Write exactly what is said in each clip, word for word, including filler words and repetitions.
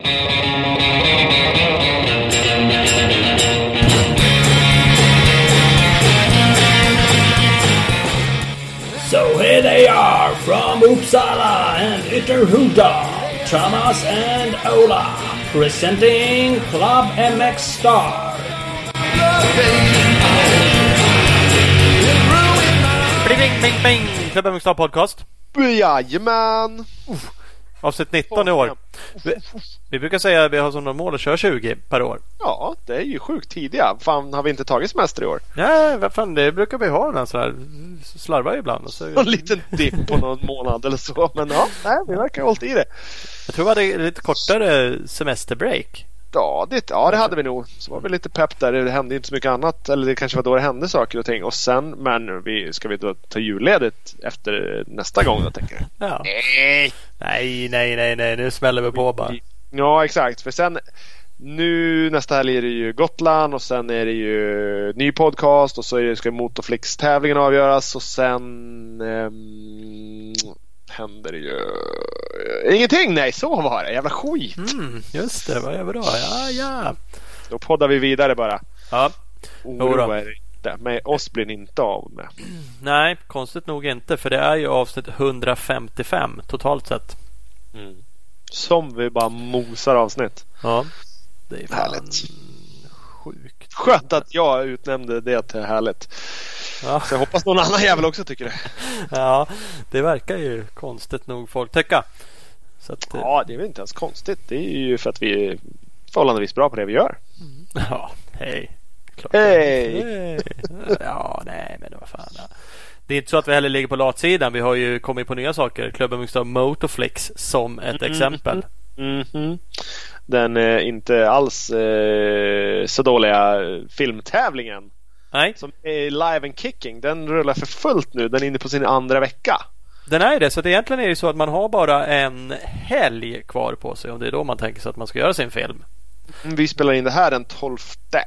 So here they are from Uppsala and Ytterhuda, Thomas and Ola, presenting Club M X Star. Bing, bing, bing. Club M X Star podcast. Jajamän. Uff. Avsnitt nitton i år. Vi, vi brukar säga att vi har som mål att köra tjugo per år. Ja, det är ju sjukt tidiga. Fan, har vi inte tagit semester i år? Nej, vad fan, det brukar vi ha en sån här slarvar ibland. Så... En liten dipp på någon månad eller så. Men ja, nej, vi verkar ha hållit i det. Jag tror vi hade lite kortare semesterbreak. Ja det, ja, det hade vi nog. Så var vi lite pepp där. Det hände inte så mycket annat. Eller det kanske var då det hände saker och ting. Och sen, men vi, ska vi då ta julledigt efter nästa gång då, tänker jag? Ja. Nej. nej, nej, nej, nej. Nu smäller vi på bara. Ja, exakt. För sen, nu nästa helg är det ju Gotland. Och sen är det ju ny podcast. Och så är det, ska Motorflix-tävlingen avgöras. Och sen... Ehm, händer det ju ingenting, nej, så var det, jävla skit. Mm, just det, vad är det bra, ja, ja. Då poddar vi vidare bara. Ja, oroa er inte, men oss blir inte av med. Nej, konstigt nog inte, för det är ju avsnitt hundrafemtiofem totalt sett. Mm. Som vi bara mosar avsnitt. Ja, det är fan härligt. Sjukt. Skönt att jag utnämnde det till härligt. Ja. Så jag hoppas någon annan jävel också tycker det. Ja, det verkar ju konstigt nog folk tycka. Så att, ja, det är väl inte ens konstigt. Det är ju för att vi är förhållandevis bra på det vi gör. Mm. Ja, hej. Hej! Hey. Ja, nej, men vad fan. Ja. Det är inte så att vi heller ligger på latsidan. Vi har ju kommit på nya saker. Club M X Star Motorflix som ett mm. exempel. Mm-hmm. Den är inte alls eh, så dåliga filmtävlingen. Nej. Som är live and kicking. Den rullar för fullt nu. Den är inne på sin andra vecka. Den är det. Så det egentligen är det så att man har bara en helg kvar på sig. Om det är då man tänker sig att man ska göra sin film. Vi spelar in det här den tolfte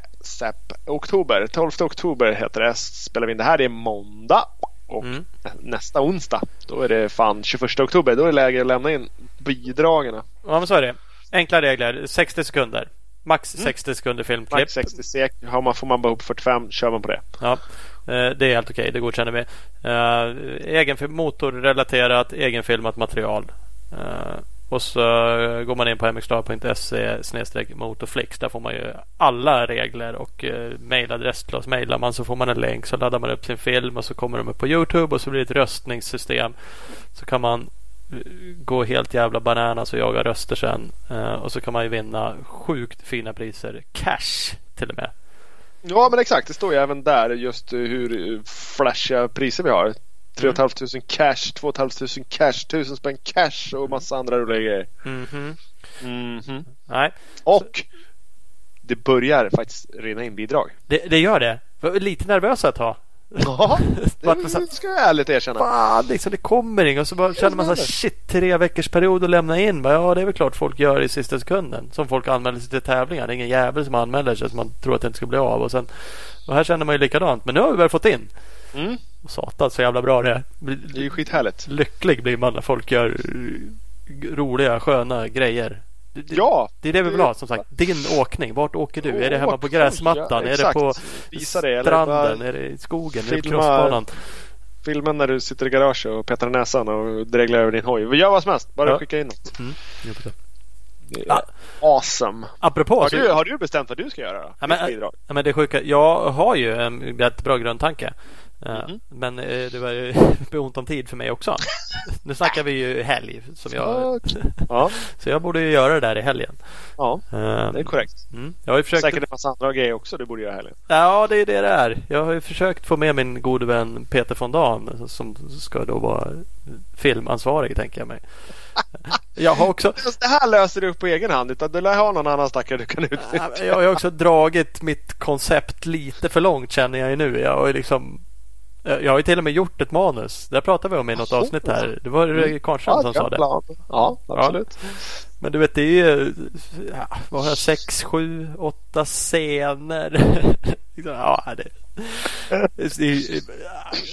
oktober. tolfte oktober heter det. Spelar vi in det här, det är måndag. Och mm. nästa onsdag, då är det fan tjugoförsta oktober. Då är det läge att lämna in bidragen. Ja, men så är det. Enkla regler. sextio sekunder. Max mm. sextio sekunder filmklipp. Max sextio sek. Har man, får man bara upp fyrtiofem, kör man på det. Ja, det är helt okej. Det godkänner vi. Uh, egen motorrelaterat, egenfilmat material. Uh, och så går man in på mxstar punkt se snedstreck motorflix. Där får man ju alla regler och uh, mailadress till oss. Mailar man så får man en länk, så laddar man upp sin film och så kommer de upp på YouTube och så blir det ett röstningssystem. Så kan man gå helt jävla bananas och jaga röster sen. Uh, och så kan man ju vinna sjukt fina priser. Cash till och med. Ja, men exakt. Det står ju även där just hur flashiga priser vi har. tre och ett halvt tusen cash, två och ett halvt tusen cash, tusen spänn cash och massa andra roliga grejer. Mm-hmm. Mm-hmm. Nej. Och det börjar faktiskt rinna in bidrag. Det, det gör det. Jag var lite nervös att ha. Ja, det så, ska jag ärligt erkänna. Fan, liksom, det kommer inga. Och så bara känner man så här, shit, tre veckors period att lämna in. Ja, det är väl klart folk gör i sista sekunden. Som folk anmäler sig till tävlingar. Det är ingen jävel som anmäler sig som man tror att det inte ska bli av. Och, sen, och här känner man ju likadant. Men nu har vi väl fått in. Mm. Och satan, så jävla bra det är. Det är ju skithärligt. Lycklig blir man när folk gör roliga, sköna grejer. Det, ja, det är det vi vill ha, som sagt. Din åkning, vart åker du? Oh, är det hemma på gräsmattan? Ja, är det på det, stranden? Är det i skogen? Filma, är det på crossbanan? Filmen när du sitter i garage och petar näsan och dreglar över din hoj. Vi gör vad som helst, bara ja. Skicka in något. Mm. Det är ah. awesome. Apropå, har, du, har du bestämt vad du ska göra då? Ja, men, ja, men det är sjuka. Jag har ju en jättebra grundtanke. Mm-hmm. Men det var ju ont om tid för mig också. Nu snackar vi ju helg som jag, ja. Så jag borde ju göra det där i helgen. Ja, det är korrekt. Mm. Jag har ju försökt... Säkert en massa andra grejer också du borde göra i helgen. Ja, det är det det är. Jag har ju försökt få med min gode vän Peter von Dahn, som ska då vara filmansvarig, tänker jag mig. Jag har också... Det här löser du upp på egen hand, utan du lär ha någon annan stackare du kan utnyttja. Jag har också dragit mitt koncept lite för långt, känner jag ju nu. Jag har ju liksom Jag har ju till och med gjort ett manus. Där pratade vi om i något avsnitt här. Det var mm. Karlsson ja, som sa det. Plan. Ja, absolut. Ja. Men du vet, det är ju ja, vad har jag, sex, sju, åtta scener. Ja, det, det är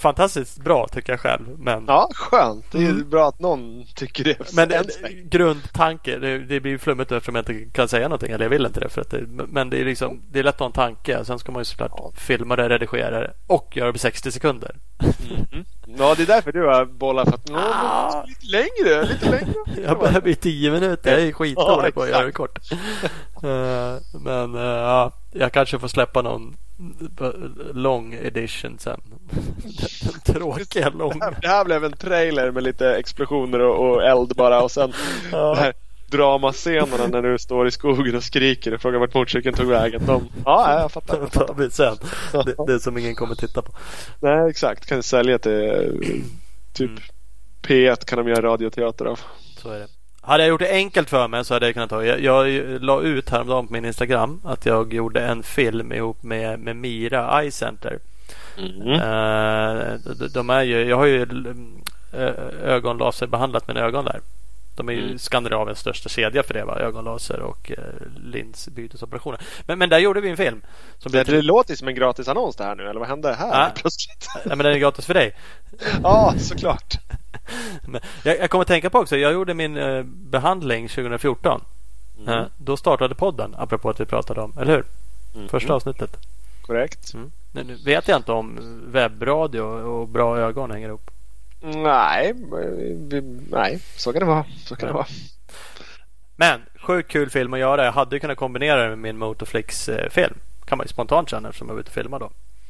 fantastiskt bra tycker jag själv. Men... Ja, skönt. Det är Mm. bra att någon tycker det. Men det, grundtanke, det, det blir flummigt eftersom jag inte kan säga någonting, eller jag vill inte det, för att det, men det är liksom, det är lätt att ha en tanke. Sen ska man ju såklart Ja. filma det, redigera det och göra det på sextio sekunder. Mm. Ja, det är därför du har bollat för att nå, Ah. lite längre, lite längre. Jag behöver bli tio minuter, jag är skitdålig Ja, på att göra det kort. Eh, men eh, ja, jag kanske får släppa någon lång edition sen. Den tråkiga Det långa. här, det här blev en trailer med lite explosioner och, och eld bara, och sen Ja. det här dramascenerna när du står i skogen och skriker och frågar vart motorcykeln tog vägen. De, ja, jag fattar. Jag Det tar fattar. vi sen. Det, det är som ingen kommer titta på. Nej, exakt. Kan du sälja till typ Mm. P ett, kan de göra radioteater av. Så är det. Hade jag gjort det enkelt för mig så hade jag kunnat ta. Jag, jag la ut häromdagen på min Instagram att jag gjorde en film ihop med, med Mira Eye Center. Mm. Eh, de, de är ju, jag har ju ö, ögonlaserbehandlat mina ögon där. De är ju Mm. Skandinaviens största kedja för det, va? Ögonlaser och eh, linsbytesoperationer. Men, men där gjorde vi en film. Som Det, blev... det låter som en gratis annons det här nu, eller vad hände här Ja. plötsligt? Nej, men den är gratis för dig. Ja, såklart. Men jag, jag kommer att tänka på också, jag gjorde min eh, behandling tjugo fjorton. Mm. Eh, då startade podden, apropå att vi pratade om, eller hur? Mm. Första avsnittet. Korrekt. Mm. Nu, nu vet jag inte om webbradio och bra ögon hänger ihop. Nej, vi, nej, så kan det vara. Så kan det vara. Men sjukt kul film att göra. Jag hade ju kunnat kombinera det med min Motorflix-film. Kan man ju spontant känna eftersom jag var ute och filma då.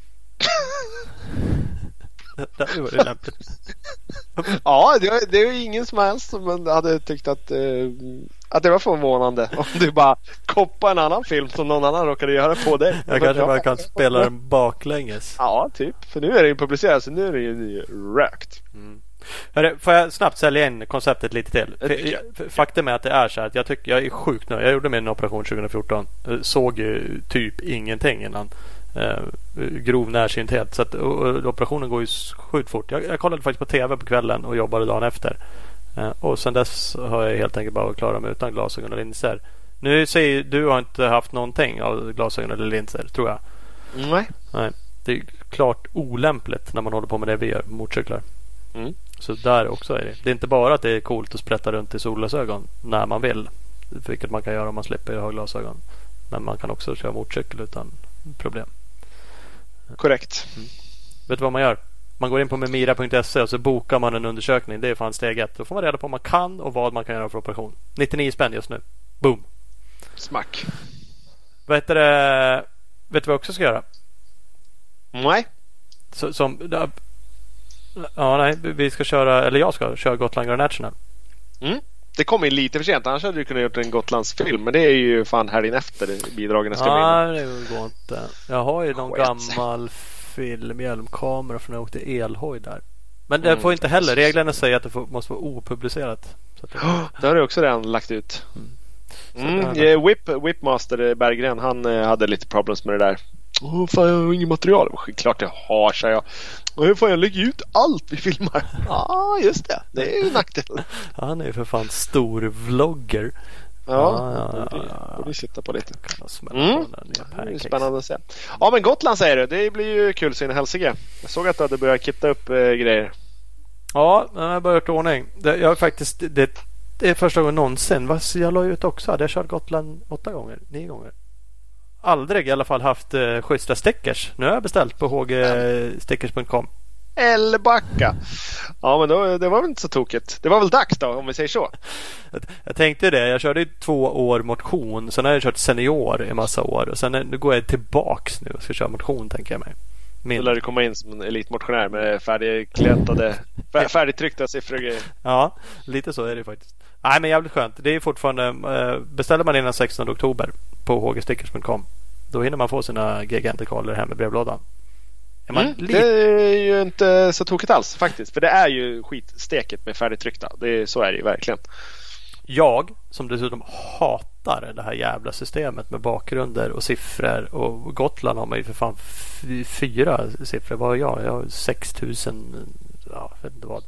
Det hade ju varit lämpligt. Ja, det, det är ju ingen som helst som hade tyckt att, eh, att det var förvånande om du bara koppar en annan film som någon annan råkade göra på dig. Jag kanske bara kan spela den baklänges. Ja, typ. För nu är det ju publicerat, så nu är det ju rökt. Mm. Hörru, får jag snabbt sälja in konceptet lite till? Det tycker jag. För, faktum är att det är så här att jag, tycker, jag är sjukt nöjd. Jag gjorde min operation tjugo fjorton. Såg ju typ ingenting innan. Eh, grov närsynthet. Så att, och, och, operationen går ju sjukt fort. Jag, jag kollade faktiskt på tv på kvällen och jobbade dagen efter. Eh, och sen dess har jag helt enkelt bara klarat mig utan glasögon och linser. Nu säger du har inte haft någonting av glasögon eller linser, tror jag. Nej. Nej. Det är klart olämpligt när man håller på med det vi gör, motorcyklar. Mm. Så där också är det. Det är inte bara att det är coolt att sprätta runt i solglasögon när man vill. Vilket man kan göra om man slipper ha glasögon. Men man kan också köra motorcykel utan problem. Korrekt. Vet du vad man gör? Man går in på memira punkt se och så bokar man en undersökning. Det är fan steg ett. Då får man reda på vad man kan och vad man kan göra för operation. nittionio spänn just nu. Boom. Smack. Vet du, det, vet du vad jag också ska göra? Nej. Så, som, ja, nej, vi ska köra, eller jag ska köra Gotland Grand National. Mm. Det kommer in lite för sent. Annars hade du kunnat gjort en Gotlandsfilm. Men det är ju fan helgen efter bidragen ska Ja, bli. det går inte. Jag har ju någon Skit. gammal filmhjälmkamera från när jag åkte elhoj där. Men det Mm. får inte heller. Reglerna säger att det får, måste vara opublicerat. Så att det, Oh, det har du också redan lagt ut. Mm. Mm. Så där- eh, Whip, Whipmaster Berggren, han eh, hade lite problems med det där. Åh oh, fan, jag har inget material. Klart jag har, så jag. Åh fan, jag lägger ut allt vi filmar. Ja, ah, just det. Det är ju nackdel. han är ju för fan stor vlogger. Ja, Ja, ja, borde, ja. borde sitta på lite. Kan man smälla Mm. på den där nya Det är pancakes. spännande att se. Ja, men Gotland säger du. Det blir ju kul så in i helsike. Jag såg att du hade börjat kitta upp eh, grejer. Ja, jag har börjat ordning. Det, jag har faktiskt, det, det är första gången någonsin. Vad jag la ut också. Hade jag kört Gotland åtta gånger? Nio gånger? Aldrig i alla fall haft eh, schyssta stickers. Nu har jag beställt på h g stickers punkt com. Eller backa. Ja, men då, det var väl inte så tokigt. Det var väl dags då, om vi säger så. Jag, jag tänkte det. Jag körde ju två år motion. Sen har jag kört senior i massa år. Och sen nu går jag tillbaks nu och ska köra motion, tänker jag mig. Min. Då lär du komma in som en elitmotionär med färdigkläntade, fär, färdigtryckta siffror och grejer. Ja, lite så är det faktiskt. Nej, men jävligt skönt. Det är fortfarande, eh, beställer man innan sextonde oktober på h g stickers punkt com, då hinner man få sina gigantikaler hem i brevlådan. Är man Mm, lite... det är ju inte så tokigt alls faktiskt. För det är ju skitsteket med färdigtryckta. Det är, så är det ju verkligen. Jag, som dessutom hatar det här jävla systemet med bakgrunder och siffror, och Gotland har man ju för fan f- fyra siffror. Vad har jag? Jag har sex tusen, ja, jag vet inte vad.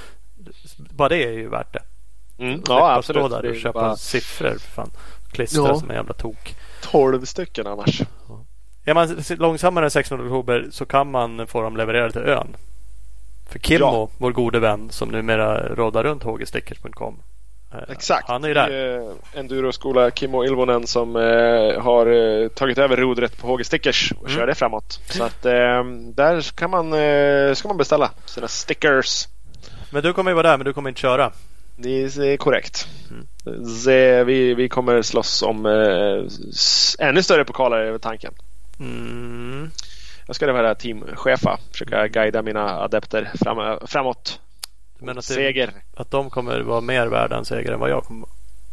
Bara det är ju värt det. Mm, Slippa ja, stå absolut. där Det och är köpa bara siffror för fan. Klistra Ja. som en jävla tok. tolv stycken annars. Är man långsammare än sextonde oktober så kan man få dem levererade till ön. För Kimmo, Ja. vår gode vän som numera rådar runt h g stickers punkt com. Exakt. Han är ju där. Eh, Enduroskola Kimmo Ilvonen som eh, har eh, tagit över rodret på H G Stickers och Mm. kör det framåt. Så att eh, där kan man, eh, ska man beställa sina stickers. Men du kommer ju vara där, men du kommer inte köra. Det är korrekt. Mm. Så, vi, vi kommer slåss om eh, s- ännu större pokaler över tanken. Mm. Jag ska vara teamchefa, försöka guida mina adepter fram, framåt. Men att, Seger. det, att de kommer vara mer värda än seger än vad jag kommer vara.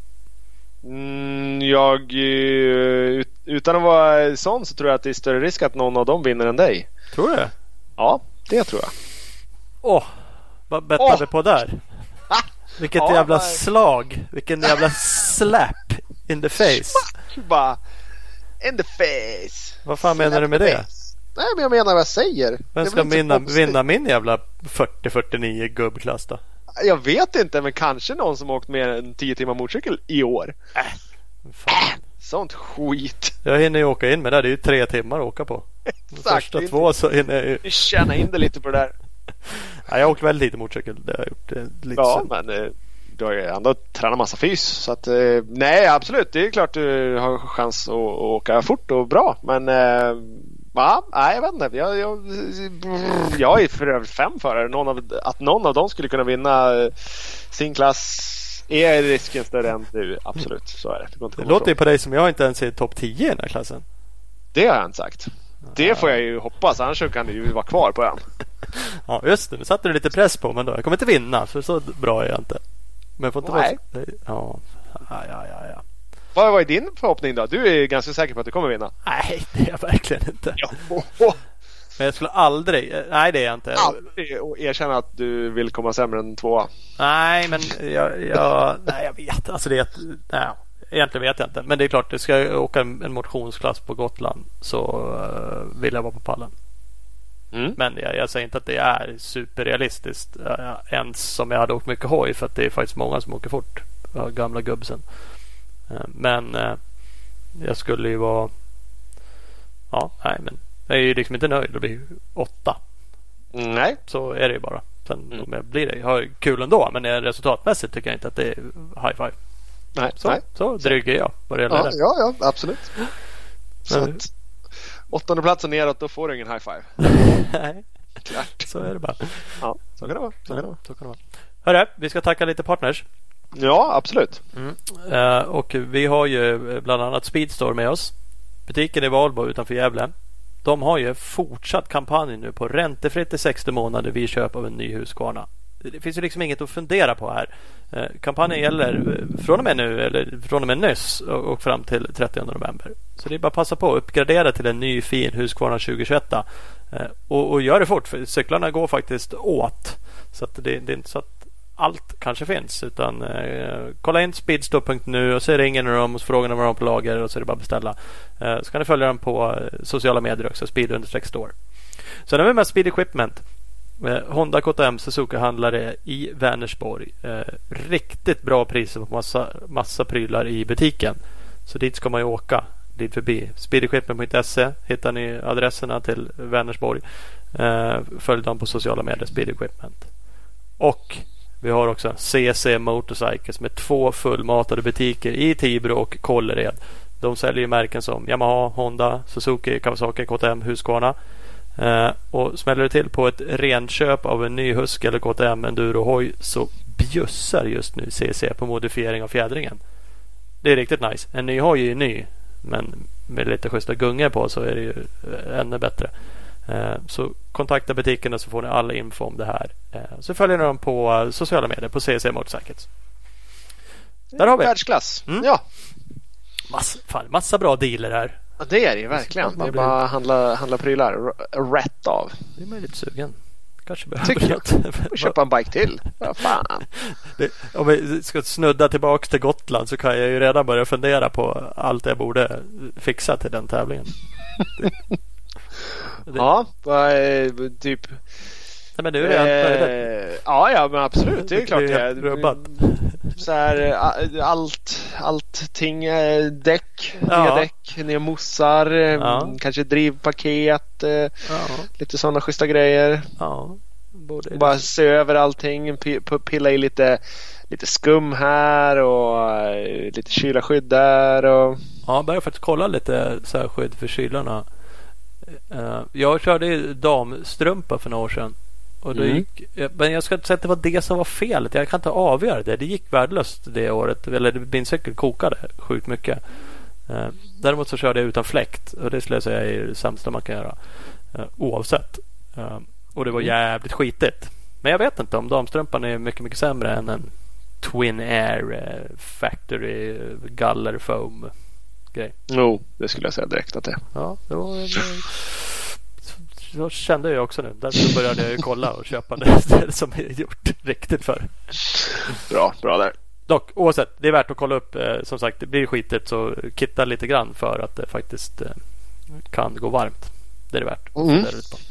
Mm, jag eh, ut, utan att vara sån så tror jag att det är större risk att någon av dem vinner än dig. Tror du det? Ja, det tror jag. Åh, oh, vad bettar Åh! vi på där? Vilket Ja, jävla vad- slag. Vilken jävla slap in the face. Bara in the face. Vad fan menar du med Slap det? the face. Nej, men jag menar vad jag säger. Det Vem är ska väl inte så vinna, konstigt. vinna min jävla fyrtio fyrtionio gubbklass då? Jag vet inte, men kanske någon som åkt mer än tio timmar motorcykel i år. Fan. Sånt skit. Jag hinner ju åka in med det. Det är ju tre timmar att åka på. De Exakt. första Det är två så hinner jag ju... Vi tjänar in det lite på det där. Ja, jag har åkt väldigt lite motorcykel. Det har jag gjort. Det är lite Ja, synd. men eh, du har ju ändå tränat massa fys. Så att, eh, nej, absolut. Det är klart du har chans att, att åka fort och bra. Men eh, ja, nej, jag vet inte. Jag, jag, jag är för övrigt fem förare. Någon av, att någon av dem skulle kunna vinna eh, sin klass är risken större än du. Absolut, så är det. Det, går inte Det att låter ju ifrån. på dig som jag inte ens är i topp tio i den här klassen. Det har jag inte sagt. Det får jag ju hoppas. Annars så kan du ju vara kvar på den. Ja, just det. Nu satte du lite press på men då. Jag kommer inte vinna, för så bra är jag inte. Men jag får inte Nej. vara... Ja, ja, ja, ja, ja. Vad var din förhoppning då? Du är ganska säker på att du kommer vinna. Nej, det är jag verkligen inte. Ja. Men jag skulle aldrig... Nej, det är jag inte. Aldrig och erkänna att du vill komma sämre än tvåa. Nej, men jag... jag nej, jag vet. Alltså det är ett, nej, egentligen vet jag inte. Men det är klart, det ska jag åka en, en motionsklass på Gotland så uh, vill jag vara på pallen. Mm. Men jag, jag säger inte att det är superrealistiskt uh, ens som jag hade åkt mycket hoj, för att det är faktiskt många som åker fort, uh, gamla gubbsen. Uh, men uh, jag skulle ju vara ja, nej, men jag är ju liksom inte nöjd. Det blir ju åtta. Nej. Så är det ju bara. Sen Mm. om jag blir det, jag har kul ändå, men resultatmässigt tycker jag inte att det är high five. Nej. Så, Nej. så dryg är jag vad det gäller Ja, det. ja, ja, absolut. Så Men- att, åttonde platsen neråt, då får du ingen high five. Nej, Klart. så är det bara. Ja, så kan det vara. Så kan det vara. Så kan det vara. Hörru, vi ska tacka lite partners. Ja, absolut. Mm. Uh, och vi har ju bland annat Speedstore med oss. Butiken i Valbo utanför Gävle. De har ju fortsatt kampanj nu på räntefritt i sextio månader vid köp av en ny Husqvarna. Det finns ju liksom inget att fundera på här. Uh, kampanjen gäller uh, från och med nu eller från och med nyss och, och fram till trettionde november. Så det är bara att passa på att uppgradera till en ny fin Husqvarna tjugohundratjugoett. Uh, och, och gör det fort, för cyklarna går faktiskt åt. Så att det, det är inte så att allt kanske finns, utan eh, kolla in speedstore punkt nu och så ringer ni dem och frågar vad de har på lager och så är det bara att beställa. Eh, så kan ni följa dem på eh, sociala medier också, speed-store. Sen har vi med Speed Equipment. Eh, Honda K T M Suzuki-handlare i Vänersborg. Eh, riktigt bra priser på massa, massa prylar i butiken. Så dit ska man ju åka. Dit förbi. speed equipment punkt se hittar ni adresserna till Vänersborg. Eh, följ dem på sociala medier, Speed Equipment. Och vi har också C C Motorcycles med två fullmatade butiker i Tibro och Kållered. De säljer märken som Yamaha, Honda, Suzuki, Kawasaki, K T M, Husqvarna. Eh, och smäller det till på ett renköp av en ny Husky eller K T M Enduro hoj så bjussar just nu C C på modifiering av fjädringen. Det är riktigt nice. En ny hoj är ju ny, men med lite schyssta gungor på så är det ju ännu bättre. Så kontakta butikerna så får ni all info om det här. Så följer ni dem på sociala medier på C C Motorcycles. Där har vi. Världsklass. Mm. Ja. Massa, fan, massa bra dealer här. Ja, det är det ju verkligen. Det är blir- bara att handla, handla prylar r- rätt av. Det är man ju lite sugen. Kanske behöver Tycker jag. något. Och köpa en bike till. Vad fan. Det, om vi ska snudda tillbaka till Gotland så kan jag ju redan börja fundera på allt jag borde fixa till den tävlingen. Det, det, Ja, vad är typ... nej, men nu är det eh, Eh, ja, ja, men absolut. Det är Det klart blir det helt rubbat. är. Så här, a- allt, allting. eh, Däck, Ja. nya däck, nya mossar, eh, Ja. kanske drivpaket, eh, ja, lite sådana schyssta grejer. ja. Borde bara se över allting, p- p- pilla i lite, lite skum här och uh, lite kylarskydd där. Och... Ja, jag började faktiskt kolla lite så här skydd för kylarna. Uh, jag körde ju damstrumpa för några år sedan. Och då Mm. gick, men jag ska inte säga att det var det som var felet. Jag kan inte avgöra det. Det gick värdelöst det året. Eller min cykel kokade sjukt mycket. Uh, däremot så körde jag utan fläkt. Och det skulle jag säga är det sämsta man kan göra. Uh, oavsett. Uh, och det var jävligt skitigt. Men jag vet inte om damstrumpan är mycket, mycket sämre än en Twin Air uh, Factory uh, Galler Foam grej. Jo, det skulle jag säga direkt att det. Ja, det var... Så kände jag också nu. Därför började jag ju kolla och köpa det som är gjort riktigt för. Bra, bra där. Dock, oavsett, det är värt att kolla upp. Eh, som sagt, det blir skitigt så kitta lite grann för att det faktiskt eh, kan gå varmt. Det är det värt. Mm.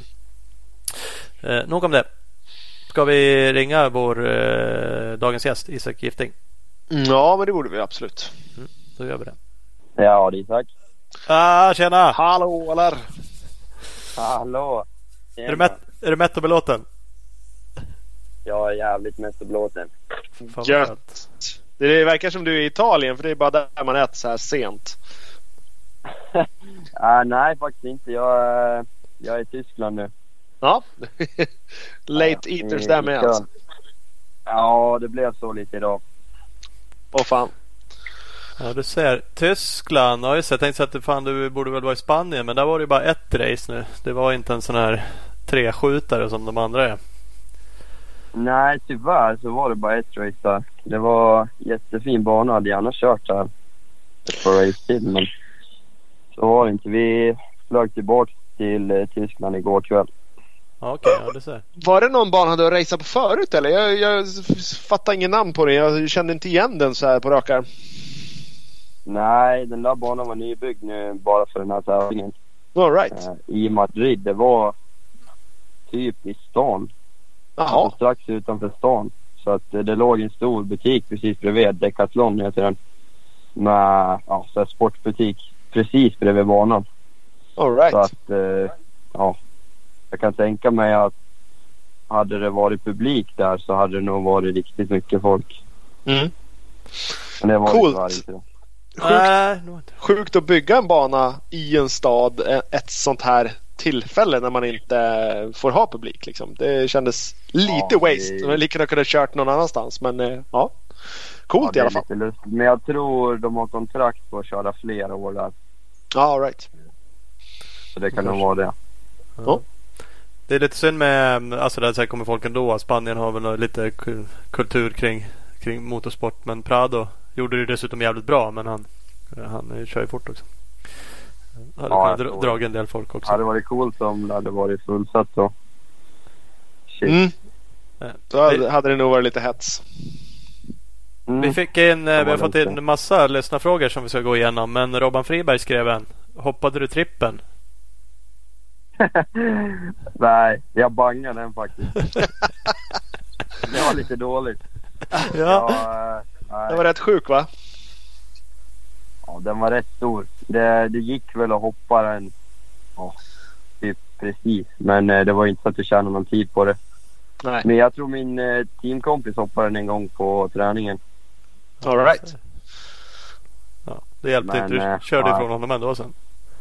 Eh, nog om det. Ska vi ringa vår eh, dagens gäst, Isak Gifting? Ja, men det borde vi absolut. Mm, då gör vi det. Ja, det är Isak. Ah, tjena! Hallå, eller? Hallå. Är du, mätt, är du mätt och belåten? Jag är jävligt mätt och belåten. Fan, vad Gött. skönt. Det verkar som du är i Italien, för det är bara där man äter så här sent. uh, nej, faktiskt inte. Jag, uh, jag är i Tyskland nu. Ja. Late Ja, eaters i- där med i alltså. Ja, det blev så lite idag. Åh fan. Ja, du ser. Tyskland. Ja, just det. Jag tänkte att fan, du borde väl vara i Spanien. Men där var det ju bara ett race nu. Det var inte en sån här treskjutare som de andra är. Nej, tyvärr så var det bara ett race där. Det var jättefin bana. Hade gärna kört där ett par race till, men så var det inte. Vi flög tillbaka till eh, Tyskland igår kväll. Ja, okej. Ja, du ser. Var det någon bana du har raceat på förut eller? Jag, jag fattar ingen namn på den. Jag kände inte igen den så här på raka. Nej, den där banan var nybyggd nu bara för den här tävlingen. All right. Eh, I Madrid. Det var typ i stan. Jaha. Alltså strax utanför stan. Så att det, det låg en stor butik precis bredvid. Decathlon heter den. Med ja, så här sportbutik precis bredvid banan. All right. Så att eh, ja, jag kan tänka mig att hade det varit publik där så hade det nog varit riktigt mycket folk. Mm. Men det var Coolt. tyvärr inte det. Sjukt, Nej, nog inte. sjukt att bygga en bana i en stad ett sånt här tillfälle när man inte får ha publik liksom. Det kändes lite Ja, det- waste. Man lika gärna kunde ha kört någon annanstans, men eh, ja. Coolt Ja, i det alla är fall. lite lustigt. Men jag tror de har kontrakt på att köra flera år där. Ja, all right. Så det kan nog vara det. Ja. Det är lite synd med, alltså där så här kommer folk ändå. Spanien har väl lite ku- kultur kring, kring motorsport. Men Prado gjorde det dessutom jävligt bra. Men han, han kör ju fort också. Hade Ja, kunnat jag dra, tror dragit en del folk också. Det hade varit coolt om det hade varit fullsatt då. Shit. Mm. Eh, Då vi, hade, hade det nog varit lite hets. Mm. vi fick in, eh, Det vi har var fått lite. in massa lyssnarfrågor som vi ska gå igenom. Men Robban Friberg skrev en. Hoppade du trippen? Nej, jag bangade den faktiskt. Det var lite dåligt. Ja. Ja, eh, nej. Det var rätt sjuk va? Ja, den var rätt stor. Det, det gick väl att hoppa den ja, typ precis. Men eh, det var inte så att jag tjänade någon tid på det. Nej. Men jag tror min eh, teamkompis hoppade den en gång på träningen. All right. Ja, det hjälpte Men, inte. Du eh, körde ja. ifrån honom ändå sen.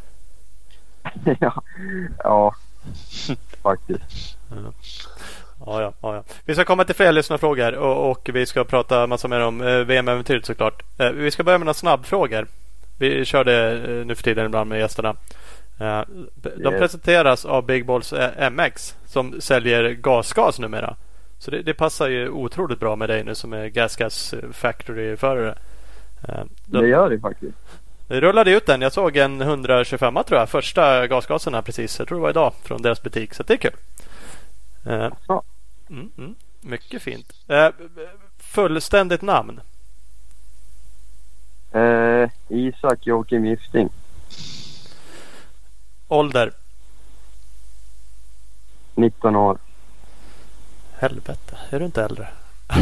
ja, ja, faktiskt. Ja, ja, ja, ja. Vi ska komma till fler lyssnarfrågor och, och vi ska prata massa mer om eh, V M-äventyret såklart. Eh, vi ska börja med några snabbfrågor. Vi körde eh, nu för tiden ibland med gästerna. Eh, de Yes. presenteras av Big Balls eh, M X som säljer gasgas numera. Så det, det passar ju otroligt bra med dig nu som är GasGas Factory-förare. Eh, de, Det gör det faktiskt. det rullade ut den. Jag såg en hundratjugofem tror jag. Första gasgasen här precis. Jag tror det var idag från deras butik. Så det är kul. Eh, Ja. Mm, mm. Mycket fint. Eh, fullständigt namn? Eh, Isak Joakim Gifting. Ålder? nitton år. Helvete, är du inte äldre?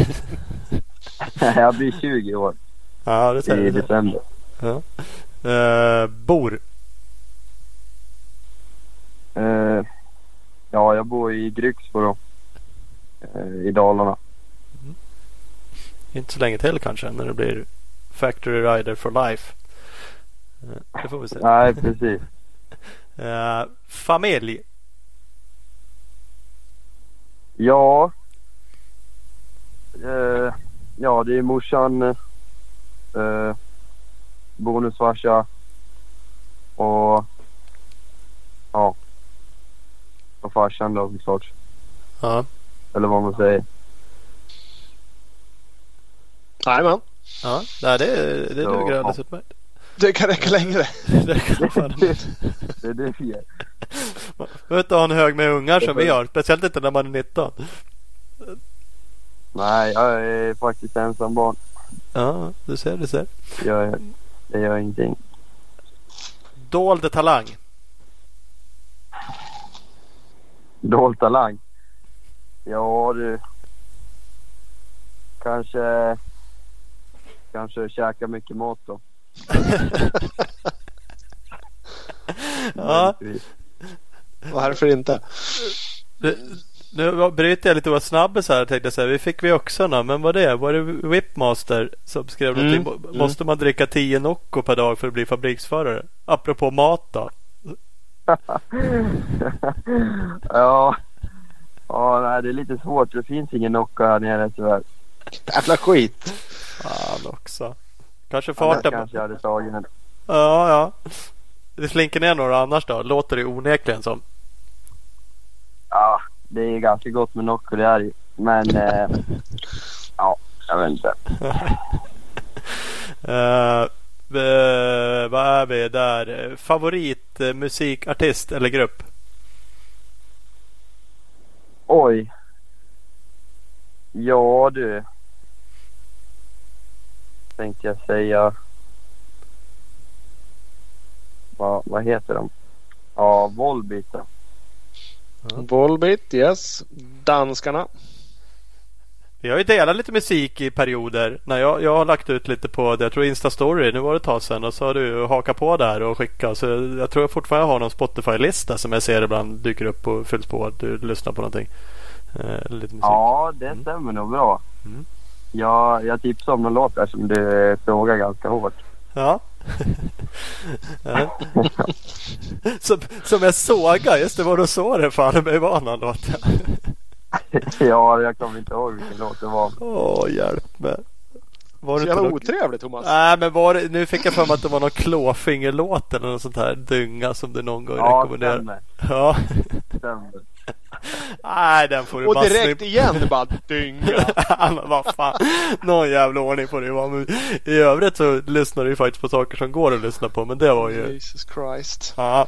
Jag blir tjugo år Ja, det i säger det. december. Ja. Eh, bor? Eh, ja, jag bor i Grycksbo då. eh, i Dalarna. Mm. Inte så länge till kanske när det blir Factory Rider for Life. Eh, det får vi se. Nej, precis. eh, familj. Ja. Eh, ja, det är morsan, eh, bonusfarsa och ja, och farsan då såklart. Ja. Eller vad man säger. Nej, men. Ja, nej, det, det Så, duger ja. alldeles utmärkt. Det kan räcka längre. Det kan fan. Det är det vi gör. Man behöver inte ha en hög med ungar som vi har. Speciellt inte när man är nitton. Nej, jag är faktiskt ensam barn. Ja, du ser, du ser. Jag, det gör ingenting. Dold talang. Dold talang. Ja, du. Kanske Kanske käka mycket mat då. Ja. Varför inte? Det, nu bryter jag lite våra snabbes här, tänkte jag säga. Vi fick vi också nå, men vad det? Var det Whipmaster som skrev Mm. någonting? Måste man dricka tio Nocco per dag för att bli fabriksförare? Apropå mat då. Ja. Ja, nej, det är lite svårt. Det finns ingen Nocco här nere tyvärr. Jävla skit. Fan också. Kanske Ja, farten. kanske jag hade tagit den. Ja, ja. Det slinker ner några annars då. Låter det onekligen som. Ja, det är ganska gott med Nocco, det är det ju. Men eh, ja, jag vet inte. uh, uh, vad är vi där? Favorit uh, musikartist eller grupp? Oj. Ja, du. Tänkte jag säga. Vad, vad heter de? Ja, Volbeat då. Volbeat, yes. Danskarna. Vi har ju delat lite musik i perioder. När jag, jag har lagt ut lite på det, jag tror Insta-story, nu var det ett tag sedan, och så har du hakat på där och skickat. Så jag tror jag fortfarande har någon Spotify-lista som jag ser ibland dyker upp och fylls på att du lyssnar på någonting. Eh, lite musik. Ja, det Mm. stämmer nog bra. Mm. Jag, jag tipsade om någon låt där som du frågar ganska hårt. Ja. Ja. som, som jag sågar, just det var då så det fan mig var någon låt. Ja, jag kommer inte ihåg vilken låt det var. Åh, hjälp mig. Var Så det jävla inte någon... otrevligt, Thomas. Nej, men var det... nu fick jag för mig att det var någon klåfingerlåt eller något sånt här dynga som du någon gång Ja, rekommenderade. stämmer. Ja, Stämmer. Nej, den får du Och massning direkt igen bara dynga. Men vad fan, någon jävla ordning får det ju vara. Men i övrigt så lyssnar du ju faktiskt på saker som går att lyssna på. Men det var ju... Jesus Christ. Ja.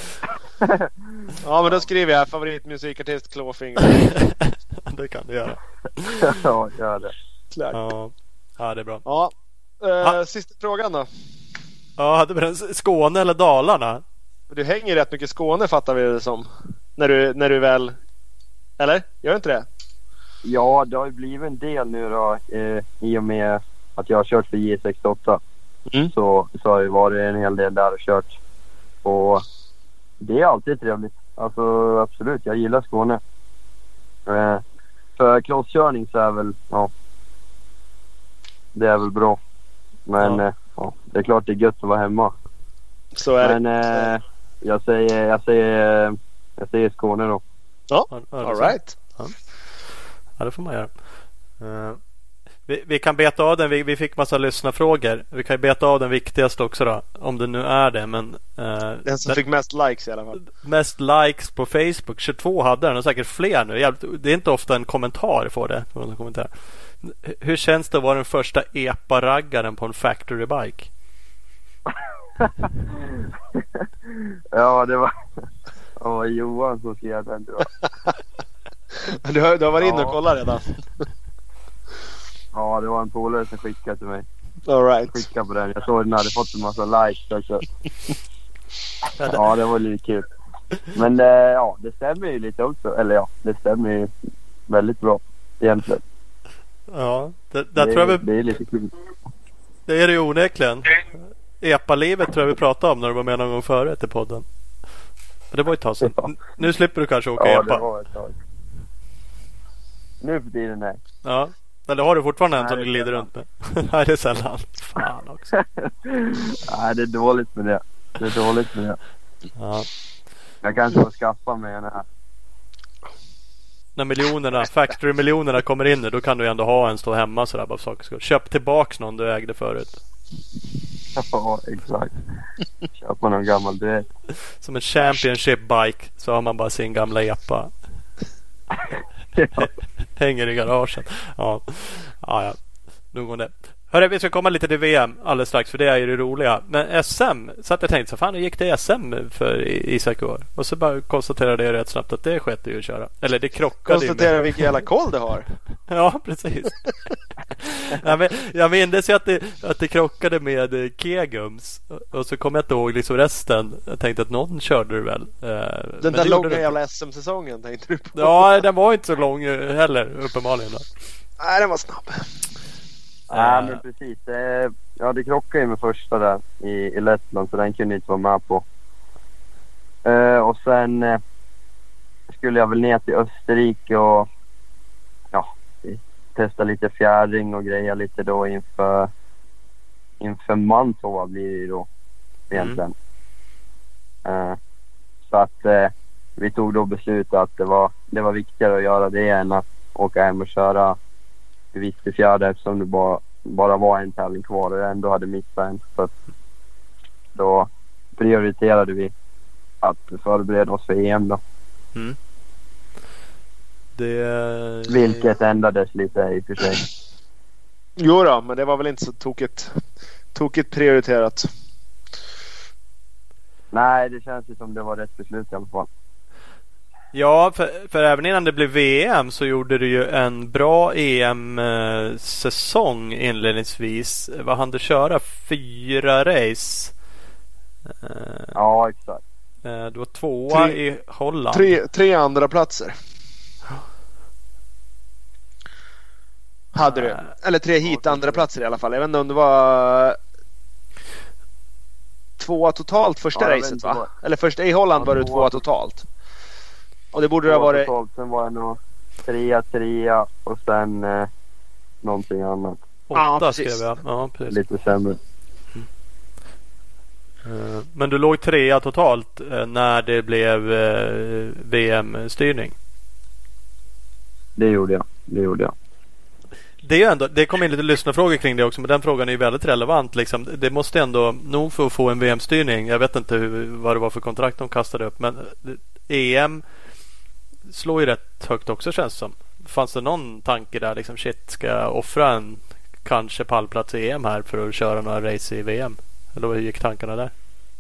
Ja, men då skriver jag favoritmusikartist Klåfinger. Det kan du göra. Ja, gör det. Klart. Ja, ja det är bra. Ja. Eh, sista frågan då. Ja, hade vi Skåne eller Dalarna? Du hänger rätt mycket i Skåne, fattar vi det som. När du, när du väl... Eller? Gör inte det? Ja, det har ju blivit en del nu då. Eh, I och med att jag har kört för J sextioåtta. Mm. Så, så har det varit en hel del där och kört. Och det är alltid trevligt. Alltså absolut, jag gillar Skåne. Eh, för crosskörning så är väl, ja, det är väl bra. Men Ja. eh, ja, det är klart det är gött att vara hemma. Så är Men det. eh, jag säger, jag säger, jag säger Skåne då. Ja, Ja, ja, all right. Ja, det får man göra. Uh, vi, vi kan beta av den. Vi, vi fick massa lyssnarfrågor. Vi kan beta av den viktigaste också då. Om det nu är det. Men, uh, Den som den, fick mest likes i alla fall. mest likes på Facebook. tjugotvå hade den och säkert fler nu. Jävligt, det är inte ofta en kommentar får det. Någon kommentar. Hur känns det att vara den första epa-raggaren på en factory bike? Ja, det var, det var Johan som skrev den tror jag. Du har, du har varit inne och Ja. kollat redan. Ja, det var en polare som skickade till mig. All right. Skicka på den. Jag såg den hade fått en massa likes också. Ja, det var lite kul. Men eh, ja, det stämmer ju lite också. Eller ja, det stämmer ju väldigt bra egentligen. Ja, det, där det, tror jag vi, det är lite kul. det är det ju onekligen. Epa-livet tror jag vi pratade om när du var med någon gång förut till podden. Det var ju ett tag sedan. Ja. Nu slipper du kanske åka Ja, epa. det var ett tag. Nu för tiden, nej. Ja. Eller har du fortfarande en Nej, som du det är glider sällan. runt med? Nej, det är sällan. Fan också. Nej, det är dåligt med det. Det är dåligt med det. Ja. Jag kanske får skaffa mig en här. När miljonerna, factory-miljonerna kommer in nu, då kan du ändå ha en stå hemma sådär bara för sakens skull. Köp tillbaks någon du ägde förut. Ja, exakt. Köpa någon gammal duett. Som en championship bike så har man bara sin gamla epa. Ja. Hänger i garaget. Ja, ja, ja. Nu går det. Hörru, vi ska komma lite till V M alldeles strax, för det är ju det roliga. Men S M, så att jag tänkte så fan, hur gick det S M för Isak i år? Och så bara konstaterade jag rätt snabbt att det skedde ju att köra. Eller det krockade ju Konstatera med... vilken jävla koll det har. Ja, precis. Ja, men, jag minns ju att det, att det krockade med Kegums. Och så kom jag inte ihåg liksom resten. Jag tänkte att någon körde det väl. Den Men där det långa gjorde det. jävla S M-säsongen tänkte du på. Ja, den var inte så lång heller, uppenbarligen. Då. Nej, den var snabb. Ja, men precis. Eh, Ja, det krockade ju med första där i, i Lettland, så den kunde jag inte vara med på. Eh, och sen eh, skulle jag väl ner till Österrike och ja, testa lite fjädring och grejer lite då inför inför Mantova blir det ju då egentligen. Mm. Eh, så att eh, vi tog då beslutet att det var, det var viktigare att göra det än att åka hem och köra i Visbyfjärde, eftersom det bara, bara var en tävling kvar och jag ändå hade missat en. Så att då prioriterade vi att förbereda oss för E M då. Mm. Det... Vilket ändrades lite i och för sig. Jo då, men det var väl inte så tokigt, tokigt prioriterat. Nej, det känns ju som det var rätt beslut i alla fall. Ja, för, för även innan det blev V M så gjorde du ju en bra E M-säsong inledningsvis. Vad hann du köra? Fyra race? Ja, exakt. Du var tvåa tre, i Holland. Tre, tre andra platser. Hade du? Eller tre hit andra platser i alla fall. Jag vet inte om det var tvåa totalt första ja, racet, va? Var... Eller första i Holland ja, var du tvåa totalt. Och det borde det ha varit... Totalt. Sen var jag nog trea, trea och sen eh, någonting annat. Åtta ja, skrev jag. Ja, precis. Lite sämre. Mm. Uh, men du låg trea totalt uh, när det blev uh, V M-styrning? Det gjorde jag. Det gjorde jag. Det, är ju ändå, det kom in lite lyssnarfrågor kring det också, men den frågan är ju väldigt relevant. Liksom. Det måste ändå, nog för att få en V M-styrning, jag vet inte hur, vad det var för kontrakt de kastade upp, men E M slår ju rätt högt också, känns som. Fanns det någon tanke där, liksom, shit, ska jag offra en kanske pallplats i E M här för att köra några race i V M? Eller hur gick tankarna där?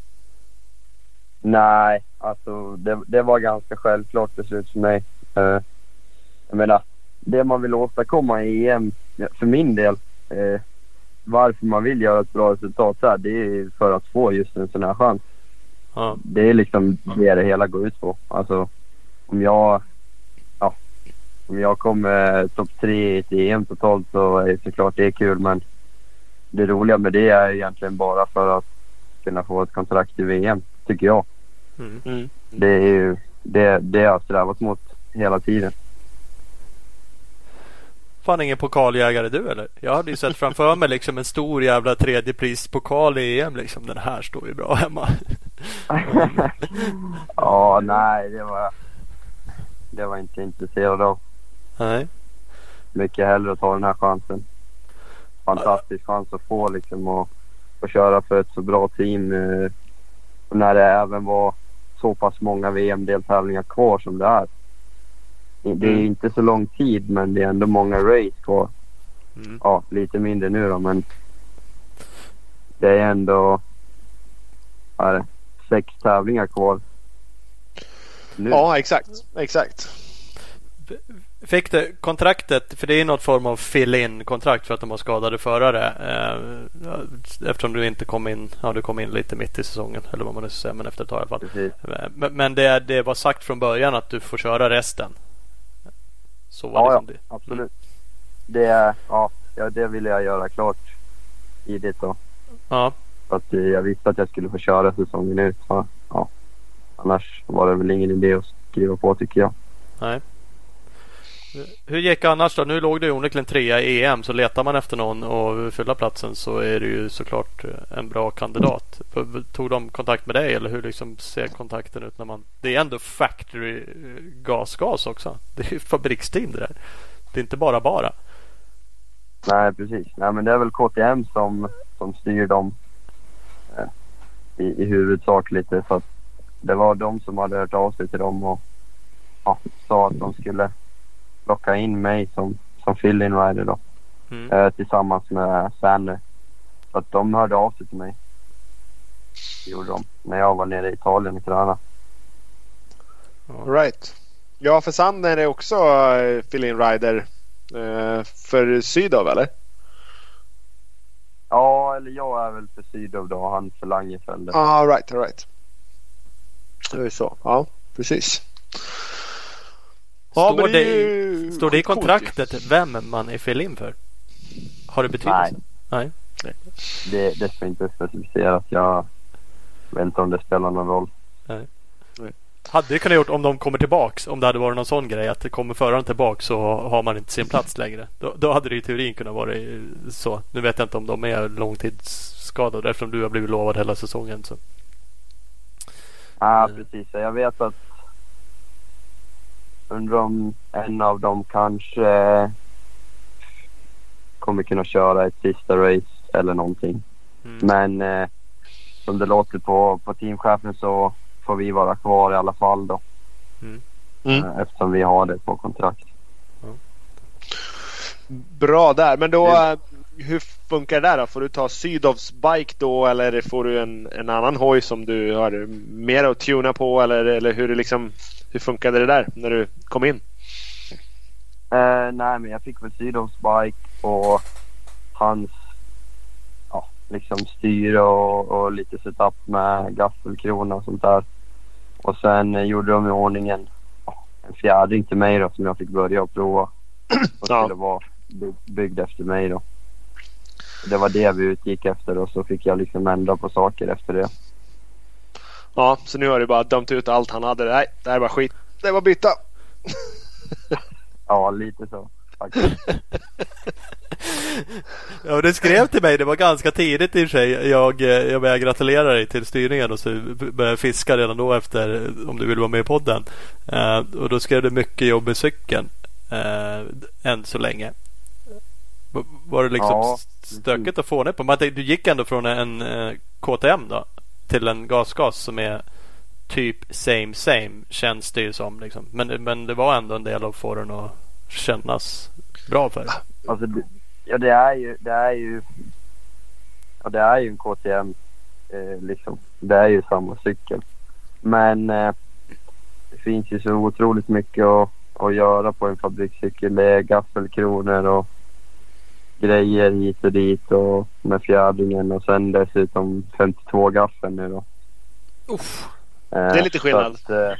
Nej, alltså det, det var ganska självklart beslut för mig. Uh, jag menar, det man vill åstadkomma i E M, för min del, uh, varför man vill göra ett bra resultat här, det är för att få just en sån här chans. Ja. Det är liksom det det hela går ut på. Alltså, om jag ja, om jag kommer topp tre i ett E M totalt så är det såklart det är kul, men det roliga med det är egentligen bara för att kunna få ett kontrakt i V M, tycker jag. Mm. Mm. Det är ju det, det jag har strävat mot hela tiden. Fan, ingen pokaljägare du, eller? Jag hade ju sett framför mig liksom en stor jävla tredjeprispokal i E M liksom. Den här står ju bra hemma. Ja, nej, det var det var inte intresserad av. Nej. Mycket hellre att ta den här chansen. Fantastisk chans att få liksom och, och köra för ett så bra team eh, när det även var så pass många V M-deltävlingar kvar som det är. Det är mm. inte så lång tid, men det är ändå många race kvar. Mm. Ja, lite mindre nu då, men det är ändå är sex tävlingar kvar nu. Ja, exakt, exakt. Fick du kontraktet, för det är något form av fill-in-kontrakt för att de har skadade förare, eh, eftersom du inte kom in, ja, du kom in lite mitt i säsongen, eller vad man nu ska säga, men efter ett tag i alla fall. Precis. Men, men det, det var sagt från början att du får köra resten. Så var ja, det ja, som det. Absolut. Mm. Det, ja, ja, det ville jag göra klart i det då. Ja. Så att jag visste att jag skulle få köra säsongen ut. Så, ja. Annars var det väl ingen idé att skriva på, tycker jag. Nej. Hur gick annars då? Nu låg det ju onekligen trea i E M, så letar man efter någon och fylla platsen så är det ju såklart en bra kandidat. Tog de kontakt med dig eller hur liksom ser kontakten ut när man... Det är ändå factory gas-gas också. Det är ju fabriksteam det där. Det är inte bara bara. Nej, precis. Nej, men det är väl K T M som, som styr dem eh, i, i huvudsak lite. Så att det var de som hade hört av sig till dem och ja, sa att de skulle locka in mig som, som fill-in rider då. Mm. Eh, tillsammans med Sander. Så att de hörde av sig till mig. Det gjorde de när jag var nere i Italien och tränade. Right. Ja, för Sander är också uh, fill-in rider uh, för Sydov, eller? Ja, eller jag är väl för Sydov då. Han för Langefeld. Ja, ah, right, right. Det är så. Ja, precis. Ja, står, det, det står det i kontraktet coolt, vem man är fill-in för? Har det betydelse? Nej. Nej. Det, det ska inte specificeras. Jag vet inte om det spelar någon roll. Nej. Nej. Hade det kunnat gjort om de kommer tillbaks, om det hade varit någon sån grej att det kommer föraren tillbaks så har man inte sin plats längre. Då, då hade det i teorin kunnat vara så. Nu vet jag inte om de är långtidsskadade eftersom du har blivit lovad hela säsongen. Så. Ja, precis. Jag vet att undrar om en av dem kanske kommer kunna köra ett sista race eller någonting. Mm. Men eh, som det låter på, på teamchefen så får vi vara kvar i alla fall då. Mm. Mm. Eh, eftersom vi har det på kontrakt. Mm. Bra där. Men då, mm. hur funkar det där då? Får du ta Sydovs bike då eller får du en, en annan hoj som du har mer att tuna på eller, eller hur det liksom... Hur funkade det där när du kom in? Uh, nej, men jag fick väl Sydovs bike och hans ja, liksom styre och, och lite setup med gaffelkrona och sånt där. Och sen uh, gjorde de i ordningen uh, en fjädring till mig då som jag fick börja och prova. Och skulle ja. vara by- byggd efter mig då. Det var det vi utgick efter och så fick jag liksom ändra på saker efter det. Ja, så nu har du bara dömt ut allt han hade. Nej, det här var skit. Det var byta. Ja, lite så. Faktiskt. Ja, du skrev till mig. Det var ganska tidigt i sig. Jag, jag började gratulera dig till styrningen och så började fiska redan då efter om du vill vara med i podden. Uh, och då skrev du mycket jobb med cykeln. Uh, än så länge. Var det liksom ja. stökigt att få ner på? Man tänkte, du gick ändå från en uh, K T M då till en gasgas som är typ same same känns det ju som liksom. men, men det var ändå en del av att få den att kännas bra för. Alltså, ja det är ju det är ju ja, det är ju en K T M eh, liksom. Det är ju samma cykel men eh, det finns ju så otroligt mycket att, att göra på en fabrikscykel. Det är gaffelkronor och grejer hit och dit och med fjädringen och sen dessutom femtiotvå gaffen nu då. Uff. Det är lite skillnad. Att, eh,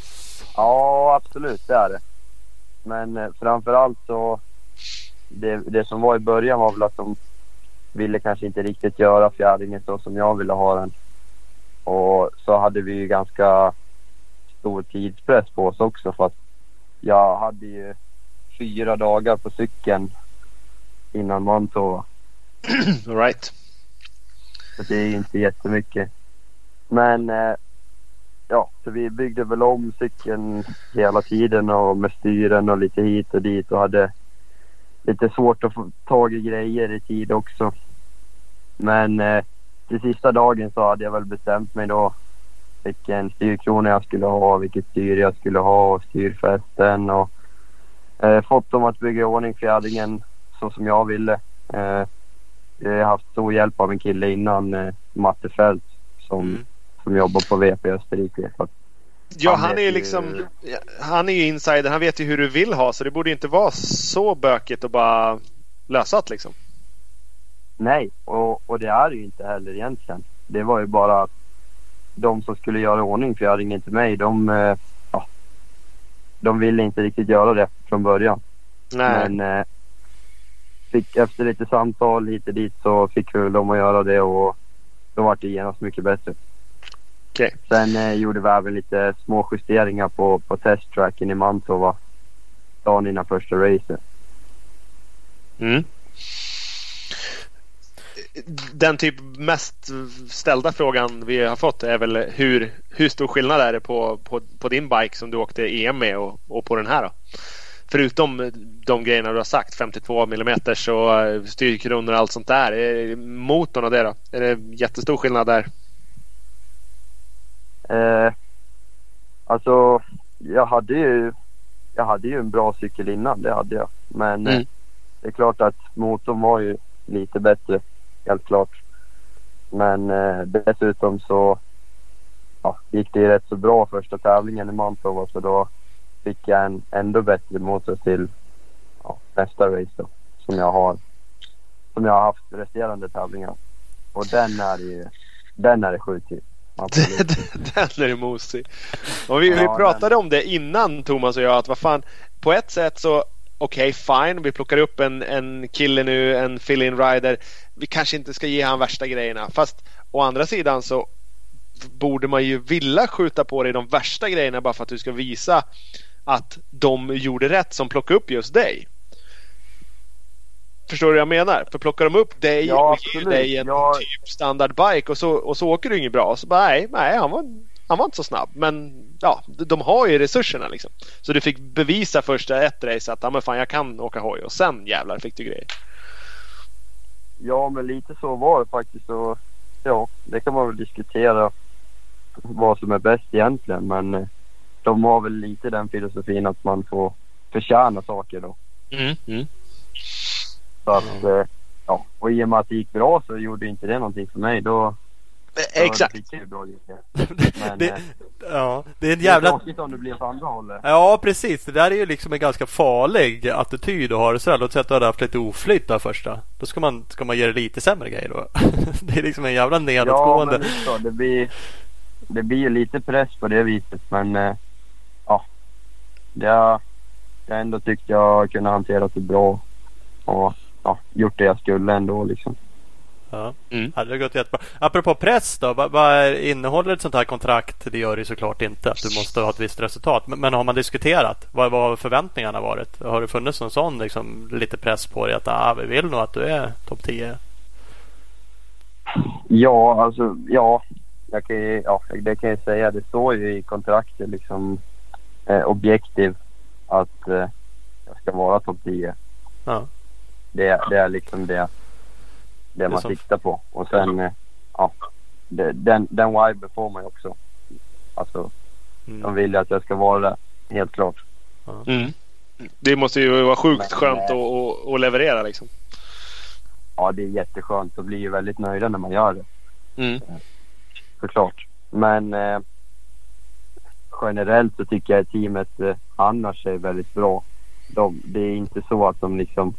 ja, absolut det är det. Men eh, framförallt så det, det som var i början var väl att de ville kanske inte riktigt göra fjädringen så som jag ville ha den. Och så hade vi ju ganska stor tidspress på oss också för att jag hade ju fyra dagar på cykeln innan Mantova. All right. Så det är ju inte jättemycket. Men eh, ja, så vi byggde väl om cykeln hela tiden och med styren och lite hit och dit och hade lite svårt att få tag i grejer i tid också. Men eh, till sista dagen så hade jag väl bestämt mig då vilken styrkrona jag skulle ha, vilket styr jag skulle ha och styrfästen och eh, fått dem att bygga i ordning fjädringen så som jag ville. Eh, jag har haft stor hjälp av en kille innan, eh, Matte Fält som, mm. som jobbar på V P i Österrike. Så ja, han, han är ju liksom han är ju insider, han vet ju hur du vill ha så det borde inte vara så bökigt att bara lösa det liksom. Nej, och, och det är det ju inte heller egentligen. Det var ju bara att de som skulle göra ordning för jag ringde inte mig, de, eh, ja, de ville inte riktigt göra det från början. Nej. Men eh, fick, efter lite samtal hit och dit så fick vi dem att göra det och då var det genast mycket bättre. Okay. Sen eh, gjorde vi även lite små justeringar på, på testtracken i Mantova. dagen innan första racet. Mm. Den typ mest ställda frågan vi har fått är väl hur, hur stor skillnad är det på, på, på din bike som du åkte E M med och, och på den här då? Förutom de grejerna du har sagt, femtiotvå millimeter och styrkronor och allt sånt där. Är motorn och det då? Är det jättestor skillnad där? Eh, alltså, jag hade ju jag hade ju en bra cykel innan, det hade jag. Men mm. eh, det är klart att motorn var ju lite bättre, helt klart. Men eh, dessutom så ja, gick det ju rätt så bra första tävlingen i Mantorp, så då fick jag en ändå bättre motor till ja, nästa race då, som jag har som jag har haft resterande tävlingar. Och den är ju den är det sjukt i. Den är det mosig. Och vi, ja, vi pratade den... om det innan, Thomas och jag, att vad fan, på ett sätt så okej, okay, fine, vi plockar upp en, en kille nu, en fill-in rider. Vi kanske inte ska ge han värsta grejerna. Fast å andra sidan så borde man ju vilja skjuta på dig de värsta grejerna bara för att du ska visa att de gjorde rätt som plockade upp just dig. Förstår du vad jag menar? För plockar de upp dig ja, och ger dig en ja. typ standard bike och så, och så åker du inget bra. Så bara, nej, nej han, var, han var inte så snabb. Men ja, de har ju resurserna liksom. Så du fick bevisa första ett race att ja, men fan, jag kan åka hoj. Och sen jävlar fick du grejer. Ja, men lite så var det faktiskt. Och, ja, det kan man väl diskutera vad som är bäst egentligen. Men de har väl lite den filosofin att man får förtjäna saker då. Mm, mm. Så att, mm. ja, och i och med att det gick bra så gjorde inte det någonting för mig. Då, exakt. Då det bra men, det, ja, det är en jävla... Det är tråkigt om det blir på andra hållet. Ja, precis. Det där är ju liksom en ganska farlig attityd att ha det så här. Låt säga att du hade haft lite oflytt där första. Då ska man, ska man ge det lite sämre grejer då. Det är liksom en jävla nedåtgående. Ja, men så, det blir det blir ju lite press på det viset. Men äh, ja, det har jag ändå tyckt jag kunde hantera det bra. Och ja, gjort det jag skulle ändå liksom. Ja, mm. ja, det har gått jättebra. Apropå press då, vad, vad innehåller ett sånt här kontrakt? Det gör det såklart inte, att du måste ha ett visst resultat. Men, men har man diskuterat? Vad, vad har förväntningarna varit? Har det funnits någon sån liksom, lite press på dig att ah, vi vill nog att du är topp tio? Ja, alltså ja, jag kan ju, ja, det kan jag säga. Det står ju i kontraktet liksom eh, objektiv att eh, jag ska vara topp tio. Ja. Det, det är liksom det det man som... siktar på. Och sen ja, det, den, den vibe får man ju också. Alltså mm. de vill ju att jag ska vara där, helt klart. Mm. Det måste ju vara sjukt Men, skönt att, att, att leverera liksom. Ja, det är jätteskönt. Och blir ju väldigt nöjda när man gör det. Mm. Såklart. Men eh, generellt så tycker jag att teamet eh, annars är väldigt bra. De, det är inte så att de liksom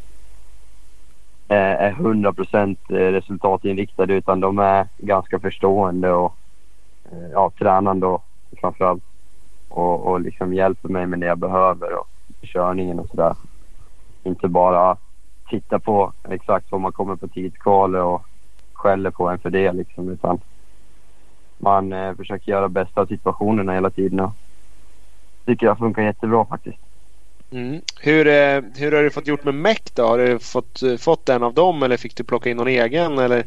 är hundra procent resultatinriktade, utan de är ganska förstående och ja, tränande och framförallt och, och liksom hjälper mig med det jag behöver och körningen och sådär. Inte bara titta på exakt vad man kommer på tidskval och skäller på en för det liksom, utan man eh, försöker göra bästa situationerna hela tiden och tycker jag funkar jättebra faktiskt. Mm. Hur, eh, hur har du fått gjort med Meck då? Har du fått, fått en av dem eller fick du plocka in någon egen? Eller?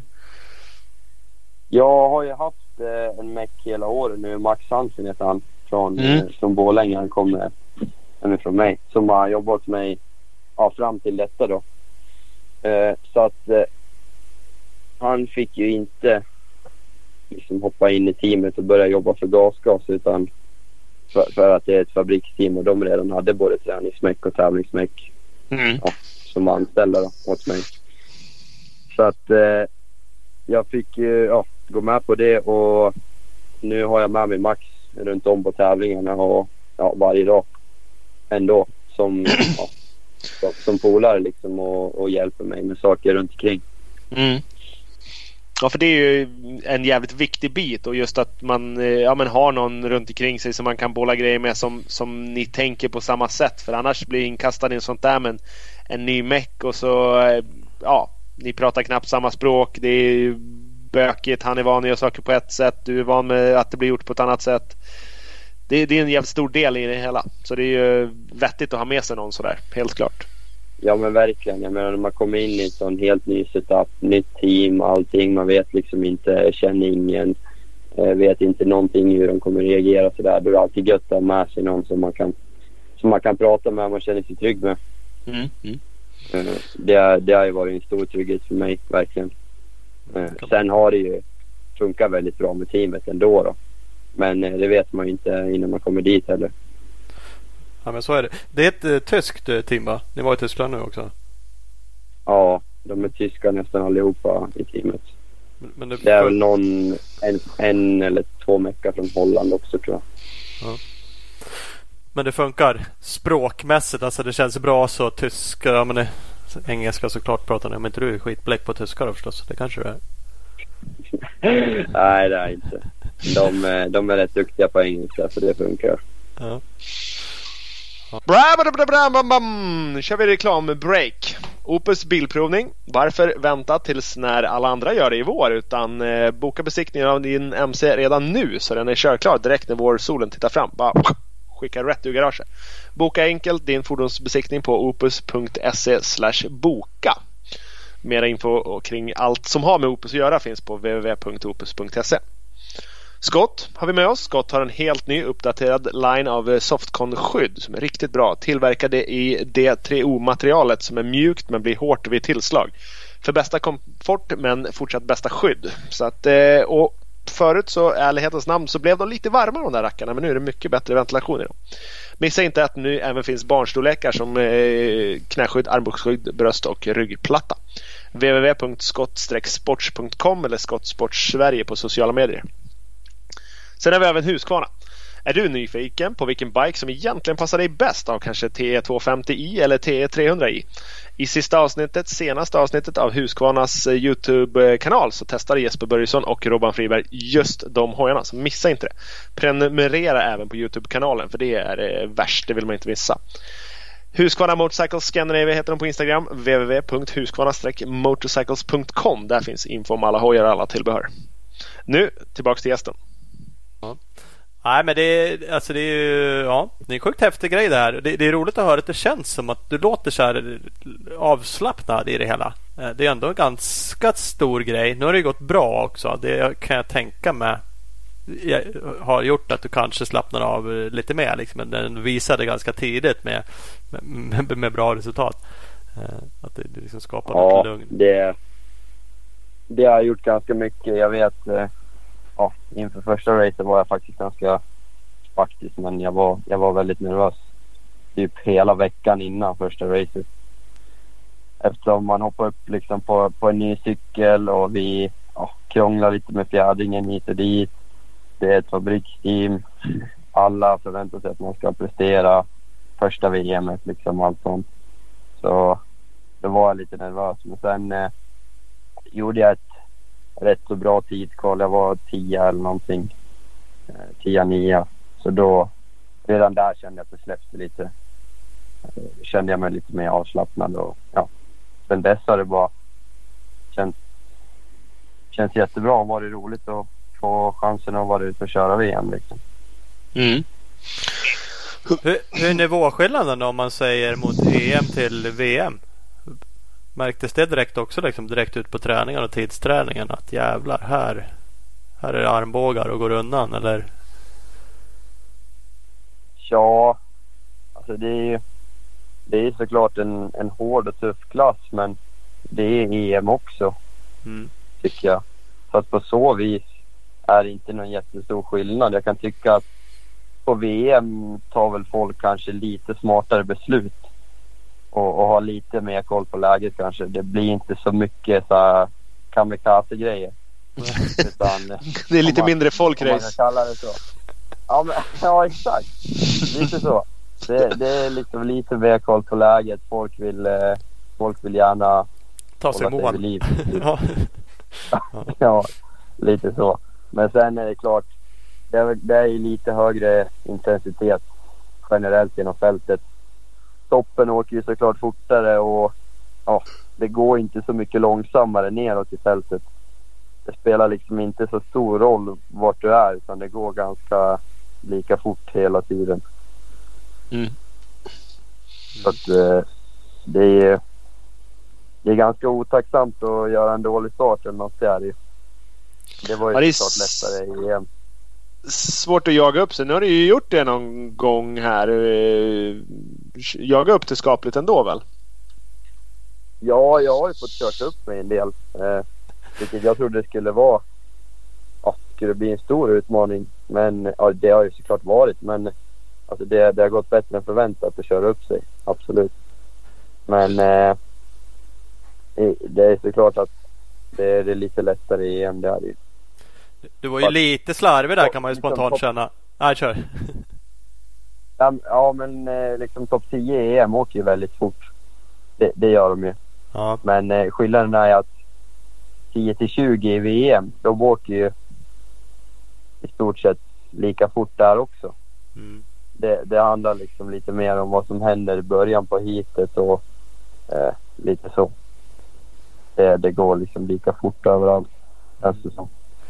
Jag har ju haft eh, en Meck hela året nu. Max Hansen heter han från, mm. eh, från Borlänge. Han kommer eh, från mig. Som har jobbat hos mig ja, fram till detta då. Eh, så att eh, han fick ju inte liksom hoppa in i teamet och börja jobba för gasgas, utan För, för att det är ett fabriksteam och de redan hade både träningsmäck och tävlingsmäck mm. ja, som anställda då, åt mig. Så att eh, jag fick ju ja, gå med på det, och nu har jag med mig Max runt om på tävlingarna och ja, varje dag ändå som, ja, som, som polare liksom och, och hjälper mig med saker runt omkring. Mm. Ja, för det är ju en jävligt viktig bit, och just att man ja, men har någon runt omkring sig som man kan bolla grejer med som, som ni tänker på samma sätt, för annars blir inkastad i en sånt där med en, en ny meck och så ja, ni pratar knappt samma språk, det är bökigt, han är van att göra saker på ett sätt, du är van med att det blir gjort på ett annat sätt. det, det är en jävligt stor del i det hela. Så det är ju vettigt att ha med sig någon sådär, helt klart. Ja men verkligen, jag menar när man kommer in i en sån helt ny setup, nytt team, allting, man vet liksom inte, känner ingen, vet inte någonting hur de kommer reagera så där. Då är det alltid gött att ha med sig någon som man kan, som man kan prata med och man känner sig trygg med. Mm. Mm. Det, det har ju varit en stor trygghet för mig, verkligen. Sen har det ju funkat väldigt bra med teamet ändå då. Men det vet man ju inte innan man kommer dit heller. Ja men så är det. Det är ett uh, tyskt uh, team va? Ni var i Tyskland nu också? Ja, de är tyska nästan allihopa i teamet. Men, men det, det är väl någon, en, en eller två meckar från Holland också tror jag. Ja. Men det funkar språkmässigt, alltså det känns bra så tyska, ja men det, engelska såklart pratar ni, men inte du är skitbläck på tyska då förstås, det kanske du är. Nej det är inte. De, de är rätt duktiga på engelska så det funkar. Ja. Bra, bra, bra, bra, bra, bra. Nu kör vi reklambreak. Opus bilprovning. Varför vänta tills när alla andra gör det i vår, utan eh, boka besiktningen av din M C redan nu så den är körklar direkt när vårsolen tittar fram. Bara skicka rätt ur garaget. Boka enkelt din fordonsbesiktning på opus punkt se slash boka. Mera info kring allt som har med Opus att göra finns på w w w punkt opus punkt se. Scott har vi med oss. Scott har en helt ny uppdaterad line av Softcon-skydd som är riktigt bra. Tillverkade i D tre O-materialet som är mjukt men blir hårt vid tillslag. För bästa komfort men fortsatt bästa skydd. Så att, och förut så, ärlighetens namn, så blev de lite varmare de där rackarna, men nu är det mycket bättre ventilation i dem. Missa inte att nu även finns barnstorlekar som knäskydd, armbågsskydd, bröst och ryggplatta. w w w punkt skott sports punkt com eller Skottsports Sverige på sociala medier. Sen har vi även Husqvarna. Är du nyfiken på vilken bike som egentligen passar dig bäst av kanske T E tvåhundrafemtio i eller T E trehundra i? I sista avsnittet, senaste avsnittet av Husqvarnas YouTube-kanal så testade Jesper Börjesson och Robban Friberg just de hojarna, så missa inte det. Prenumerera även på YouTube-kanalen för det är det värst, det vill man inte missa. Husqvarna Motorcycles Scandinavia heter de på Instagram, w w w punkt husqvarna motorcycles punkt com. Där finns info om alla hojar och alla tillbehör. Nu tillbaks till gästen. Ja. Nej men det är, alltså det är ju, ja, det är en sjukt häftig grej det här. Det, det är roligt att höra att det känns som att du låter så här avslappnad i det hela. Det är ändå en ganska stor grej. Nu har det gått bra också. Det kan jag tänka mig har gjort att du kanske slappnar av lite mer liksom. Men den visade ganska tidigt med, med, med, med bra resultat. Att det, det liksom skapar ja, något lugn. Det, det har gjort ganska mycket. Jag vet, ja, inför första racet var jag faktiskt ganska faktiskt, men jag var, jag var väldigt nervös typ hela veckan innan första racet. Eftersom man hoppar upp liksom på, på en ny cykel och vi ja, krånglar lite med fjädringen hit och dit. Det är ett fabriksteam. Alla förväntar sig att man ska prestera första V M liksom, allt sånt. Så då var jag lite nervös. Men sen eh, gjorde jag ett rätt så bra tidskval. Jag var tio eller någonting. Eh, tio nio. Så då, redan där kände jag att det släppte lite. Eh, kände jag mig lite mer avslappnad. Och ja, sen dess har det bara känts, känns jättebra. Var det roligt att få chansen att vara ute och köra V M liksom. Mm. Hur, hur är nivåskillnaden då, om man säger mot E M till V M? Märktes det direkt också liksom, direkt ut på träningen och tidsträningen att jävlar, här här är det armbågar och går undan, eller? Ja, alltså det är ju det är såklart en, en hård och tuff klass, men det är E M också, mm. tycker jag. Så att på så vis är det inte någon jättestor skillnad. Jag kan tycka att på V M tar väl folk kanske lite smartare beslut och, och har lite mer koll på läget kanske. Det blir inte så mycket så här kamikaze-grejer. Utan, det är lite man, mindre folkrace. Det så. Ja, men, ja, exakt. Lite så. Det, det är liksom lite mer koll på läget. Folk vill, folk vill gärna ta sig mål. Liv. Ja. Ja, lite så. Men sen är det klart, det är, det är lite högre intensitet generellt genom fältet. Toppen åker ju såklart fortare och ja, det går inte så mycket långsammare neråt i fältet. Det spelar liksom inte så stor roll vart du är, utan det går ganska, lika fort hela tiden. Mm. Så att eh, det är det är ganska otacksamt att göra en dålig start eller något där. Det var ju ja, det är såklart lättare i E M. Svårt att jaga upp sig. Nu har du ju gjort det någon gång här. Jaga upp det skapligt ändå väl? Ja, jag har ju fått kört upp mig en del. Eh, vilket jag trodde det skulle vara. Ja, det skulle bli en stor utmaning. Men ja, det har ju såklart varit. Men alltså, det, det har gått bättre än förväntat att köra upp sig. Absolut. Men eh, det är såklart att det är, det är lite lättare i E M. Det är ju. Du var ju Fast, lite slarvig där kan man ju spontant känna. Nej, kör. Ja, ja men eh, liksom topp tio i E M åker ju väldigt fort. Det, det gör de ju. Ja. Men eh, skillnaden är att tio till tjugo i V M, de åker ju i stort sett lika fort där också. Mm. Det, det handlar liksom lite mer om vad som händer i början på heatet och eh, lite så. Det, det går liksom lika fort överallt. Mm.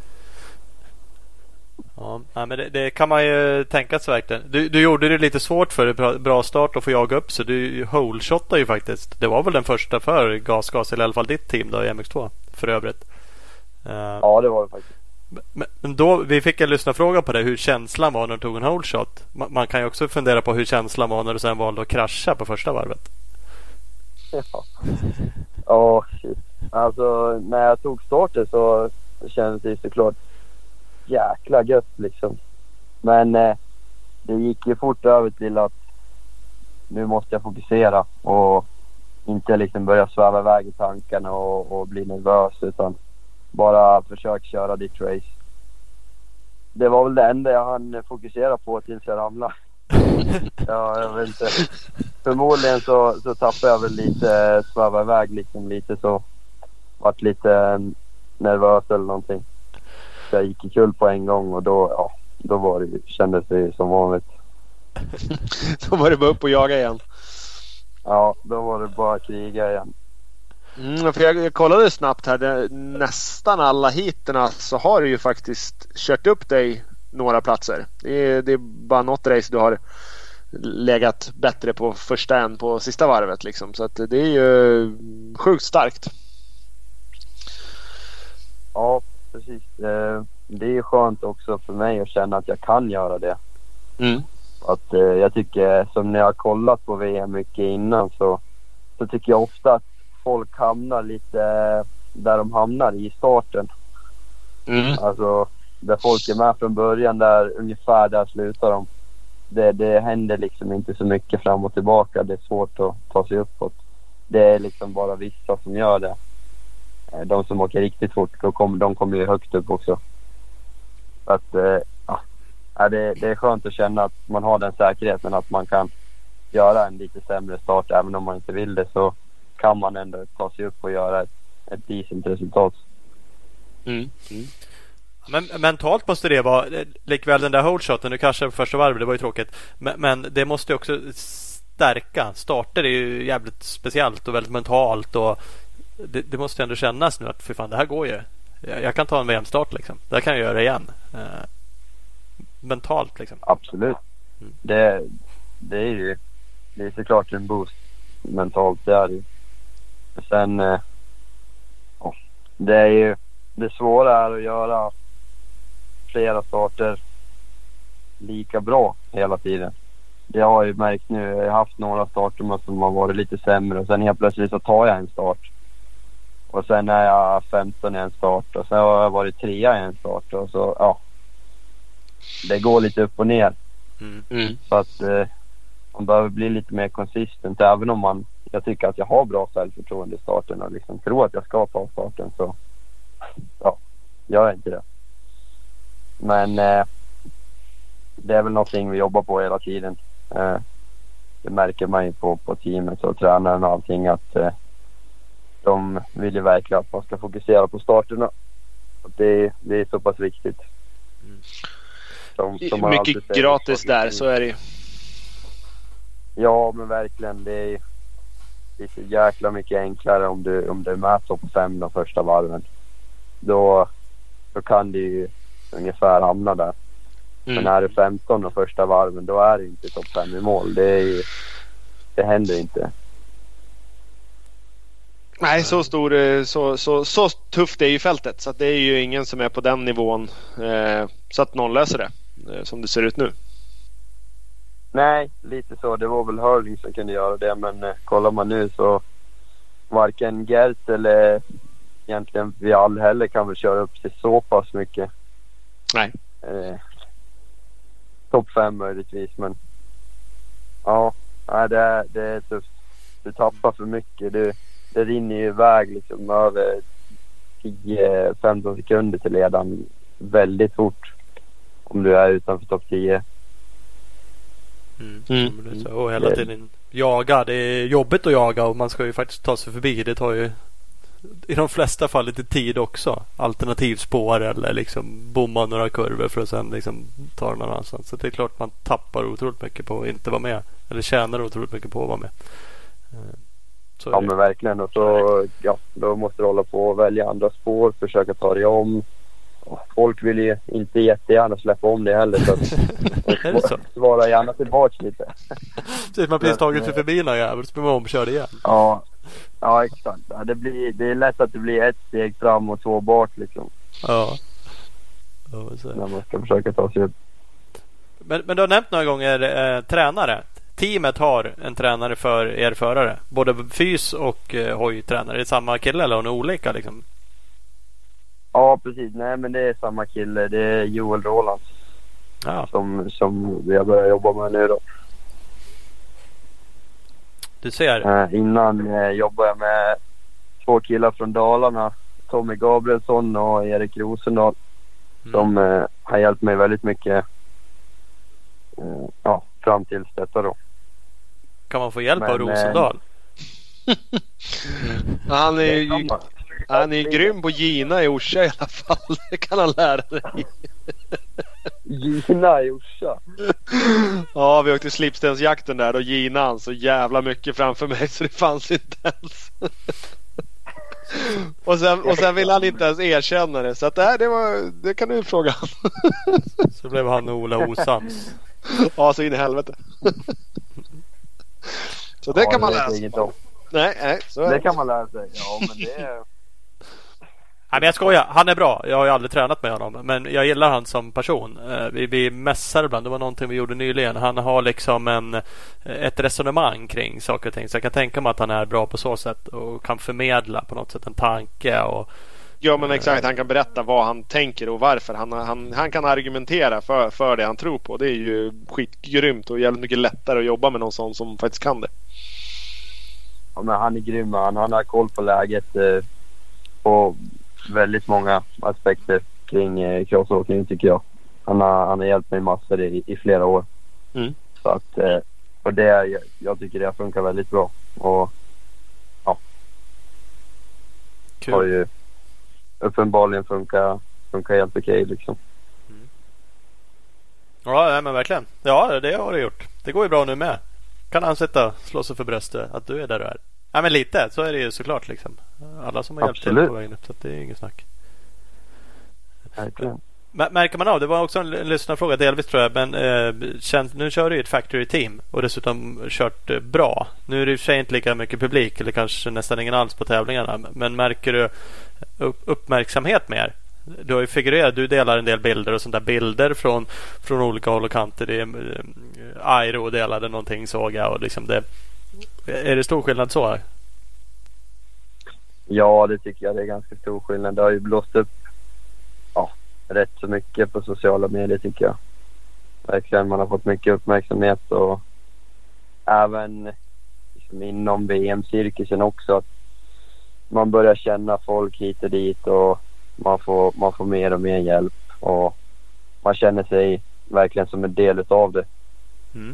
Ja, men det, det kan man ju tänka sig verkligen. Du, du gjorde det lite svårt för det bra start att få jaga upp så du holeshotade ju faktiskt. Det var väl den första för Gas Gas, eller i alla fall ditt team då i M X två för övrigt. Uh, ja, det var det faktiskt. Men då, vi fick en lyssnarfråga på det, hur känslan var när du tog en holeshot. Man, man kan ju också fundera på hur känslan var när du sen valde att krascha på första varvet. Ja, oh, shit. Alltså när jag tog starten så kändes det såklart jäkla gött liksom. Men eh, det gick ju fort över till att nu måste jag fokusera och inte liksom börja sväva iväg i tankarna och, och bli nervös, utan bara försöka köra ditt race. Det var väl det enda jag hann fokusera på tills jag ramlade. Ja, jag vet inte. Förmodligen så, så tappade jag väl lite, sväva iväg liksom lite så. Vart lite nervös eller någonting. Så jag gick i kull på en gång och då, ja, då var det, kändes det som vanligt. Då var det bara upp och jaga igen. Ja, då var det bara kriga igen. Mm, för jag, jag kollade snabbt här. Det, nästan alla heaterna så har du ju faktiskt kört upp dig några platser. Det är, det är bara något race du har legat bättre på första än på sista varvet liksom. Så att det är ju sjukt starkt. Ja, precis. Det är ju skönt också för mig att känna att jag kan göra det. Mm. Att jag tycker, som när jag har kollat på V M mycket innan, så, så tycker jag ofta att folk hamnar lite där de hamnar i starten. Mm. Alltså där folk är med från början, där ungefär där slutar de. Det, det händer liksom inte så mycket fram och tillbaka. Det är svårt att ta sig uppåt. Det är liksom bara vissa som gör det. De som åker riktigt fort, då kom, de kommer ju högt upp också. Så att, ja, det, det är skönt att känna att man har den säkerheten att man kan göra en lite sämre start. Även om man inte vill det, så kan man ändå ta sig upp och göra ett, ett decent resultat. Mm. Mm. Men mentalt måste det vara likväl den där holeshoten. Nu kanske på första varvet, det var ju tråkigt. Men, men det måste också stärka. Starter är ju jävligt speciellt och väldigt mentalt. Och det, det måste ändå kännas nu att för fan, det här går ju. Jag, jag kan ta en V M-start liksom. Det här kan jag göra igen. Uh, mentalt liksom. Absolut. Mm. Det, det är ju det är såklart en boost mentalt, det är det ju. Sen eh, oh, det är ju det svåra är att göra flera starter lika bra hela tiden. Det har jag ju märkt nu. Jag har haft några starter som har varit lite sämre och sen helt plötsligt så tar jag en start. Och sen är jag femton i en start och sen har jag varit trea i en start och så, ja. Det går lite upp och ner. Mm. Mm. Så att eh, man behöver bli lite mer konsistent. Även om man, jag tycker att jag har bra självförtroende i starten och liksom tror att jag ska ta starten, så ja, jag är inte det. Men eh, det är väl någonting vi jobbar på hela tiden. Eh, det märker man ju på, på teamet och tränaren och allting, att eh, de vill ju verkligen att man ska fokusera på starterna. Och det, det är så pass viktigt. Mm. Som, som mycket gratis där, så är det ju. Ja, men verkligen. Det är, det är så jäkla mycket enklare om du, om du är med på fem de första varven. Då, då kan du ju ungefär hamna där. Mm. Men är du femton och första varven, då är det inte topp fem i mål. Det, är ju, det händer inte. Nej, så stor, så, så, så tufft är ju fältet. Så att det är ju ingen som är på den nivån eh, så att någon löser det eh, som det ser ut nu. Nej, lite så. Det var väl Hurling som kunde göra det. Men eh, kollar man nu så varken Gert eller egentligen Viall heller kan väl köra upp sig så pass mycket. Nej. Eh, topp fem möjligtvis, men ja, nej, det, är, det är tufft. Du tappar för mycket. Du, det rinner ju iväg liksom över tio femton sekunder till ledan väldigt fort om du är utanför topp tio. Mm. Mm. Och hela tiden jaga. Det är jobbigt att jaga och man ska ju faktiskt ta sig förbi. Det tar ju i de flesta fall lite tid också. Alternativspår eller liksom bomma några kurvor för att sen liksom ta den någon annanstans. Så det är klart man tappar otroligt mycket på att inte vara med. Eller tjänar otroligt mycket på att vara med. Så ja men verkligen. Och så ja, då måste du hålla på och välja andra spår. Försöka ta dig om. Folk vill ju inte jättegärna släppa om det heller. Så att är det så? Svara gärna tillbaka lite. Så man precis tagit sig förbi någon jävel så blir man omkörd igen. Ja, ja exakt. Det, blir, det är lätt att det blir ett steg fram och två bak liksom. Ja. Ja när man ska försöka ta sig upp. Men, men du har nämnt några gånger eh, tränare. Teamet har en tränare för er förare. Både fys och eh, hojtränare. Är det samma kille eller är det olika liksom? Ja, precis. Nej, men det är samma kille. Det är Joel Roland. Ja. Som, som vi har börjat jobba med nu då. Du ser. Eh, innan eh, jobbade jag med två killar från Dalarna. Tommy Gabrielsson och Erik Rosendal. Mm. Som eh, har hjälpt mig väldigt mycket. Eh, ja, fram till detta då. Kan man få hjälp men, av Rosendal? Eh, han är ju... Han är grym på Gina i Orsa i alla fall. Det kan han lära dig. Gina i Orsa? Ja, vi åkte slipstensjakten där och Gina han så jävla mycket framför mig så det fanns inte ens. och, sen, och sen ville han inte ens erkänna det. Så att det, det, var, det kan du fråga han. Så blev han och Ola osams. Ja, så in i helvete. Så det ja, kan man lära sig. Nej, nej, så det kan man lära sig. Ja, men det är... Nej, men jag skojar. Han är bra. Jag har ju aldrig tränat med honom. Men jag gillar han som person. Vi, vi mässar ibland. Det var någonting vi gjorde nyligen. Han har liksom en, ett resonemang kring saker och ting. Så jag kan tänka mig att han är bra på så sätt. Och kan förmedla på något sätt en tanke. Och, ja, men exakt. Han kan berätta vad han tänker och varför. Han, han, han kan argumentera för, för det han tror på. Det är ju skitgrymt och jävligt mycket lättare att jobba med någon sån som faktiskt kan det. Ja, men han är grym. Han, han har koll på läget eh, på väldigt många aspekter kring eh, crossåkning tycker jag. Han har, han har hjälpt mig massor i, i flera år. Mm. Så att eh, och det, jag, jag tycker det funkar väldigt bra. Och ja. Kul. Har ju uppenbarligen funkar, funkar helt okej liksom. Mm. Ja, men verkligen. Ja, det har du gjort. Det går ju bra nu med. Kan han sätta, slå sig för bröstet att du är där du är. Ja, men lite, så är det ju såklart liksom. Alla som har hjälpt till på vägen upp, så att det är inget snack. Verkligen. Märker man av, det var också en, en lyssnarfråga delvis tror jag, men eh, känt, nu kör du ju ett factory team och dessutom kört eh, bra. Nu är det i och för sig inte lika mycket publik eller kanske nästan ingen alls på tävlingarna, men märker du upp, uppmärksamhet mer? Du har ju figurerat, du delar en del bilder och sånt där bilder från, från olika håll och kanter. Det är eh, Airo delade någonting såg jag och liksom det. Är det stor skillnad så här? Ja, det tycker jag. Det är ganska stor skillnad. Det har ju blåst upp ja, rätt så mycket på sociala medier tycker jag. Verkligen, man har fått mycket uppmärksamhet och även liksom inom V M-cirkusen också. Att man börjar känna folk hit och dit och man får, man får mer och mer hjälp och man känner sig verkligen som en del av det. Mm.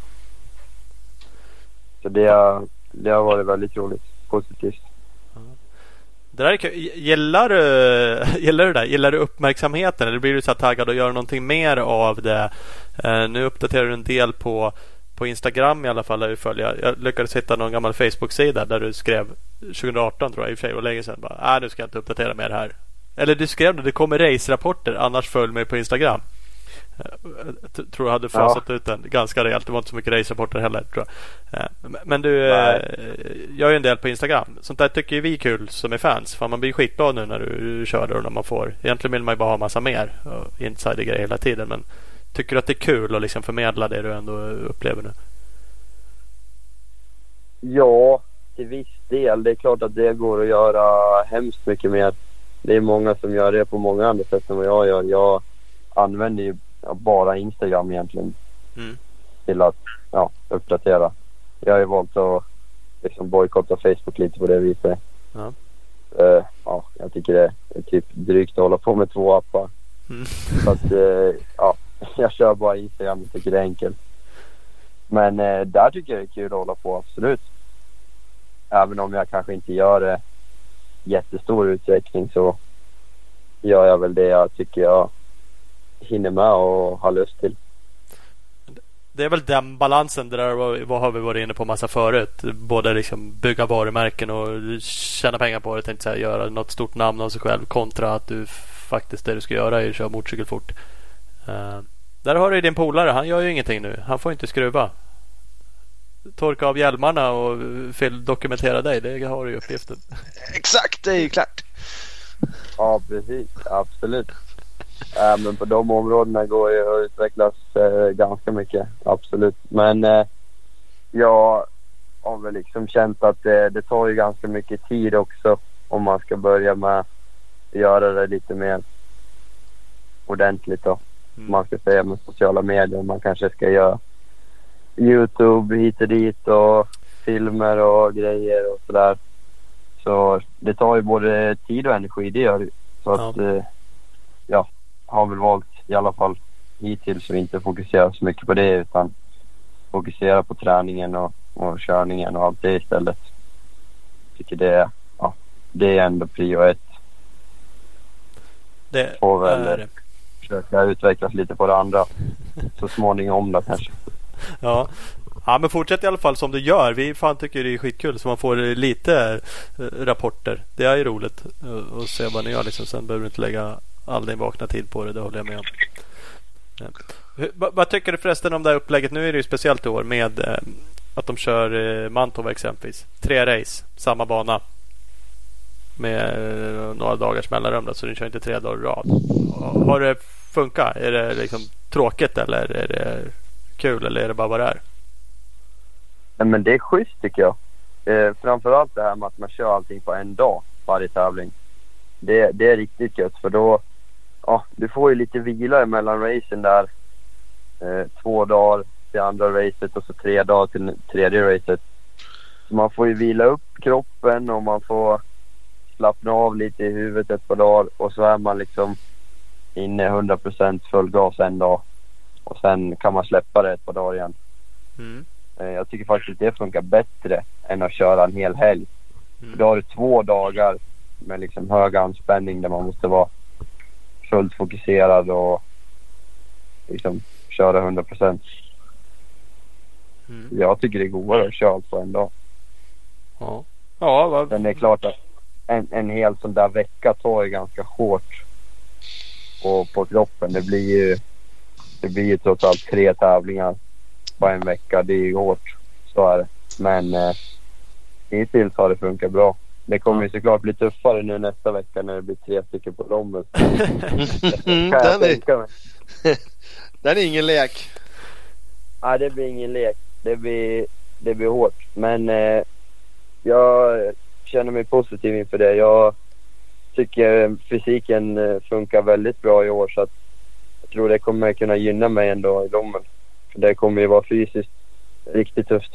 Så det har, det har varit väldigt roligt, positivt. Det där är kul. Gillar du, gillar du det? Gillar du uppmärksamheten? Eller blir du så här taggad och gör någonting mer av det? Uh, nu uppdaterar du en del på, på Instagram i alla fall. Där du följer. Jag lyckades hitta någon gammal Facebook-sida där du skrev tjugo arton tror jag i och för sig och länge sedan. Bara, äh, nu ska jag inte uppdatera mer här. Eller du skrev det, det kommer race-rapporter, annars följ mig på Instagram. Jag tror jag hade fasat ja. ut den ganska rejält. Det var inte så mycket racerapporter heller, tror jag. Men du, Nej. jag är en del på Instagram. Sånt där tycker vi är kul som är fans. För man blir skitglad nu när du kör det och när man får. Egentligen vill man ju bara ha massa mer insider-grejer hela tiden. Men tycker du att det är kul att liksom förmedla det du ändå upplever nu? Ja, till viss del. Det är klart att det går att göra hemskt mycket mer. Det är många som gör det på många andra sätt än vad jag gör. Jag använder ju bara Instagram egentligen mm. till att ja, uppdatera. Jag har ju valt att liksom bojkotta Facebook lite på det viset. Ja. Uh, ja, jag tycker det är typ drygt att hålla på med två appar. Mm. Så att uh, ja, jag kör bara Instagram och tycker det är enkelt. Men uh, där tycker jag det är kul att hålla på, absolut. Även om jag kanske inte gör det jättestor utveckling, så gör jag väl det jag tycker jag hinner med och har lust till. Det är väl den balansen där, vad har vi varit inne på massa förut, både liksom bygga varumärken och tjäna pengar på det, tänkte säga, göra något stort namn av sig själv, kontra att du faktiskt det du ska göra är att köra motorcykel fort. Uh, där har du din polare, han gör ju ingenting nu, han får inte skruva, torka av hjälmarna och dokumentera dig, det har du ju uppgiften. Exakt, det är ju klart. Ja, precis, absolut. Äh, men på de områdena går ju att utvecklas äh, ganska mycket, absolut. Men äh, jag har väl liksom känt att det, det tar ju ganska mycket tid också om man ska börja med att göra det lite mer ordentligt då. Mm. Man ska säga med sociala medier, man kanske ska göra YouTube hit och dit och filmer och grejer och sådär. Så det tar ju både tid och energi, det gör det. Så att ja, äh, ja har väl valt i alla fall hittills att inte fokusera så mycket på det, utan fokusera på träningen och, och körningen och allt det istället. Jag tycker det, ja, det är ändå prio ett. Det får väl är... försöka utvecklas lite på det andra så småningom då kanske. Ja. Ja, men fortsätt i alla fall som du gör. Vi fan tycker det är skitkul så man får lite rapporter. Det är ju roligt att se vad ni gör liksom. Sen behöver du inte lägga all din vakna tid på det, det håller jag med om. Ja. V- vad tycker du förresten om det här upplägget? Nu är det ju speciellt i år med eh, att de kör eh, Mantova exempelvis. Tre race, samma bana med eh, några dagars mellanrum då, så du kör inte tre dagar i rad. Har det funkat? Är det liksom tråkigt eller är det kul eller är det bara vad det är? Nej, men det är schysst tycker jag. Eh, framförallt det här med att man kör allting på en dag varje tävling. Det, det är riktigt gött, för då ja, du får ju lite vila mellan racen där. Eh, två dagar till andra racet och så tre dagar till tredje racet. Så man får ju vila upp kroppen och man får slappna av lite i huvudet ett par dagar. Och så är man liksom inne hundra procent full gas en dag. Och sen kan man släppa det ett par dagar igen. Mm. Eh, jag tycker faktiskt det funkar bättre än att köra en hel helg. Mm. Då har du två dagar med liksom hög anspänning där man måste vara fullt fokuserad och liksom köra hundra procent. Mm. Jag tycker det är godare att köra allt på en dag. Ja. Ja, vad... Sen är det klart att en, en hel sån där vecka tar ju ganska hårt på, på kroppen. Det blir ju det blir ju trots allt tre tävlingar på en vecka. Det är ju hårt, så är det. Men eh, hittills har det funkat bra. Det kommer ju såklart bli tuffare nu nästa vecka när det blir tre stycken på Lommen. mm, den, är... den är ingen lek. Nej, det blir ingen lek. Det blir, det blir hårt. Men eh, jag känner mig positiv inför det. Jag tycker fysiken funkar väldigt bra i år, så att jag tror det kommer kunna gynna mig ändå i Lommen. För det kommer ju vara fysiskt riktigt tufft.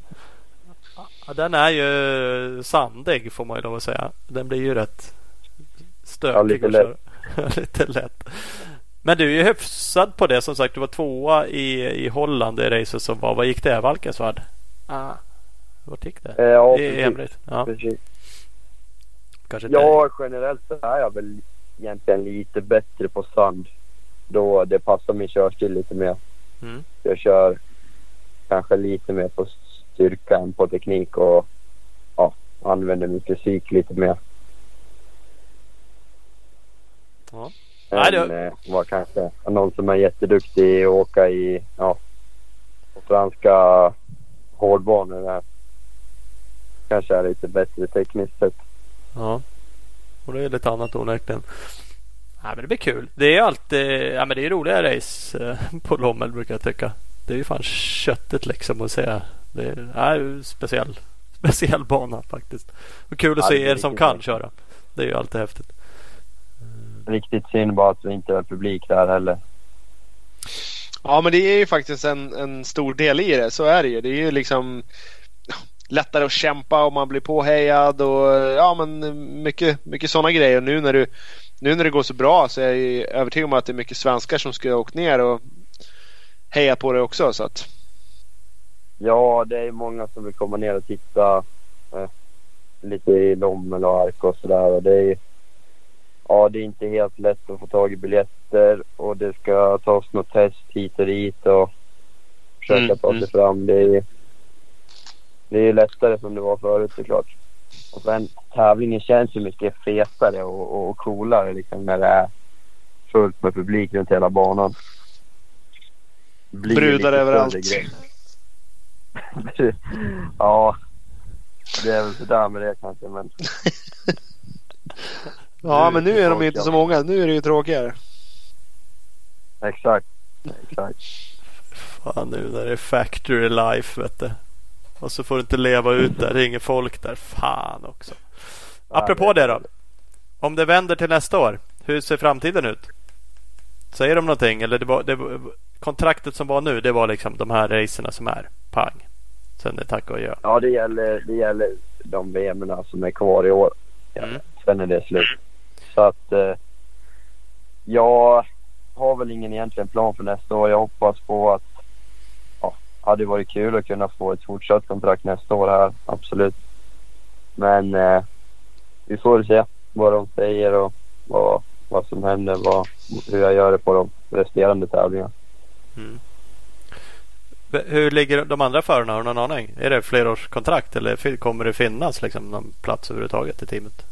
Ja, den är ju sandig får man ju lov att säga. Den blir ju rätt stökig. Ja, lite lätt. lite lätt. Men du är ju hyfsad på det. Som sagt, du var tvåa i, i Holland i racet som var. Vad gick det? Valkensvärd? Ah. Vad gick det? Ja, I Emrit. Ja, precis. Kanske ja, generellt så är jag väl egentligen lite bättre på sand. Då det passar min körstil lite mer. Mm. Jag kör kanske lite mer på styrka än på teknik och ja, använder min fysik lite mer. Ja. Nej, än det... eh, vad kanske någon som är jätteduktig att åka i ja, på franska hårdbanor där. Kanske är lite bättre tekniskt sett. Ja, och det är lite annat onekligen. Ja, men det blir kul. Det är alltid, ja men det är roliga race på Lommel brukar jag tycka. Det är ju fan köttet liksom att se. Det är, ja, en speciell, speciell bana faktiskt. Och kul att ja, se er som kan häftigt. Köra. Det är ju alltid häftigt. Riktigt synd bara att vi inte är publik där heller. Ja, men det är ju faktiskt en, en stor del i det. Så är det ju. Det är ju liksom lättare att kämpa om man blir påhejad och ja, men mycket, mycket sådana grejer. Och nu när du nu när det går så bra så är jag ju övertygad om att det är mycket svenskar som ska åka ner och heja på det också. Så att... Ja, det är många som vill komma ner och titta eh, lite i Lommel och Ark och sådär. Och det är, ja, det är inte helt lätt att få tag i biljetter och det ska tas något test hit och dit och försöka mm, ta sig mm. fram. Det är, det är lättare som det var förut såklart. Och sen tävlingen känns ju mycket fetare och, och, och coolare liksom, när det är fullt med publik runt hela banan. Blir brudar överallt. Ja, det är väl sådär med det kanske, men... ja, men nu är de ju inte så många. Nu är det ju tråkigare. Exakt, exakt. Fan, nu när det är factory life, vet du. Och så får du inte leva ut där. Det är ingen folk där. Fan också. Apropå det då. Om det vänder till nästa år, hur ser framtiden ut? Säger de någonting? Eller det var, det var, kontraktet som var nu, det var liksom de här racerna som är pang. Sen är tack och gör. Ja, det gäller, det gäller de V M-erna som är kvar i år. Ja, mm. Sen är det slut. Så att eh, jag har väl ingen egentligen plan för nästa år. Jag hoppas på att ja, hade varit kul att kunna få ett fortsatt kontrakt nästa år här. Absolut. Men eh, vi får se vad de säger och vad, vad som händer. Vad, hur jag gör det på de resterande tävlingarna. Mm. Hur ligger de andra förarna? Har du någon aning? Är det flerårskontrakt eller kommer det finnas liksom någon plats överhuvudtaget i teamet?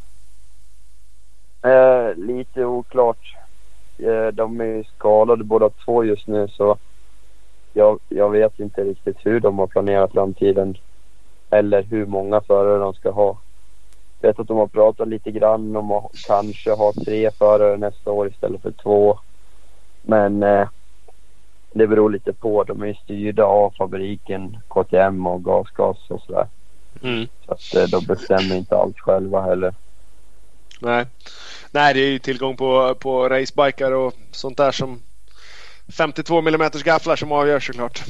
Eh, lite oklart. Eh, de är skadade båda två just nu, så jag, jag vet inte riktigt hur de har planerat framtiden eller hur många förare de ska ha. Jag vet att de har pratat lite grann om att kanske ha tre förare nästa år istället för två. Men eh, det beror lite på. De är styrda av fabriken, K T M och gasgas och sådär. Mm. Så att eh, de bestämmer inte allt själva heller. Nej. Nej, det är ju tillgång på, på racebikar och sånt där som femtiotvå millimeter gafflar som avgör såklart.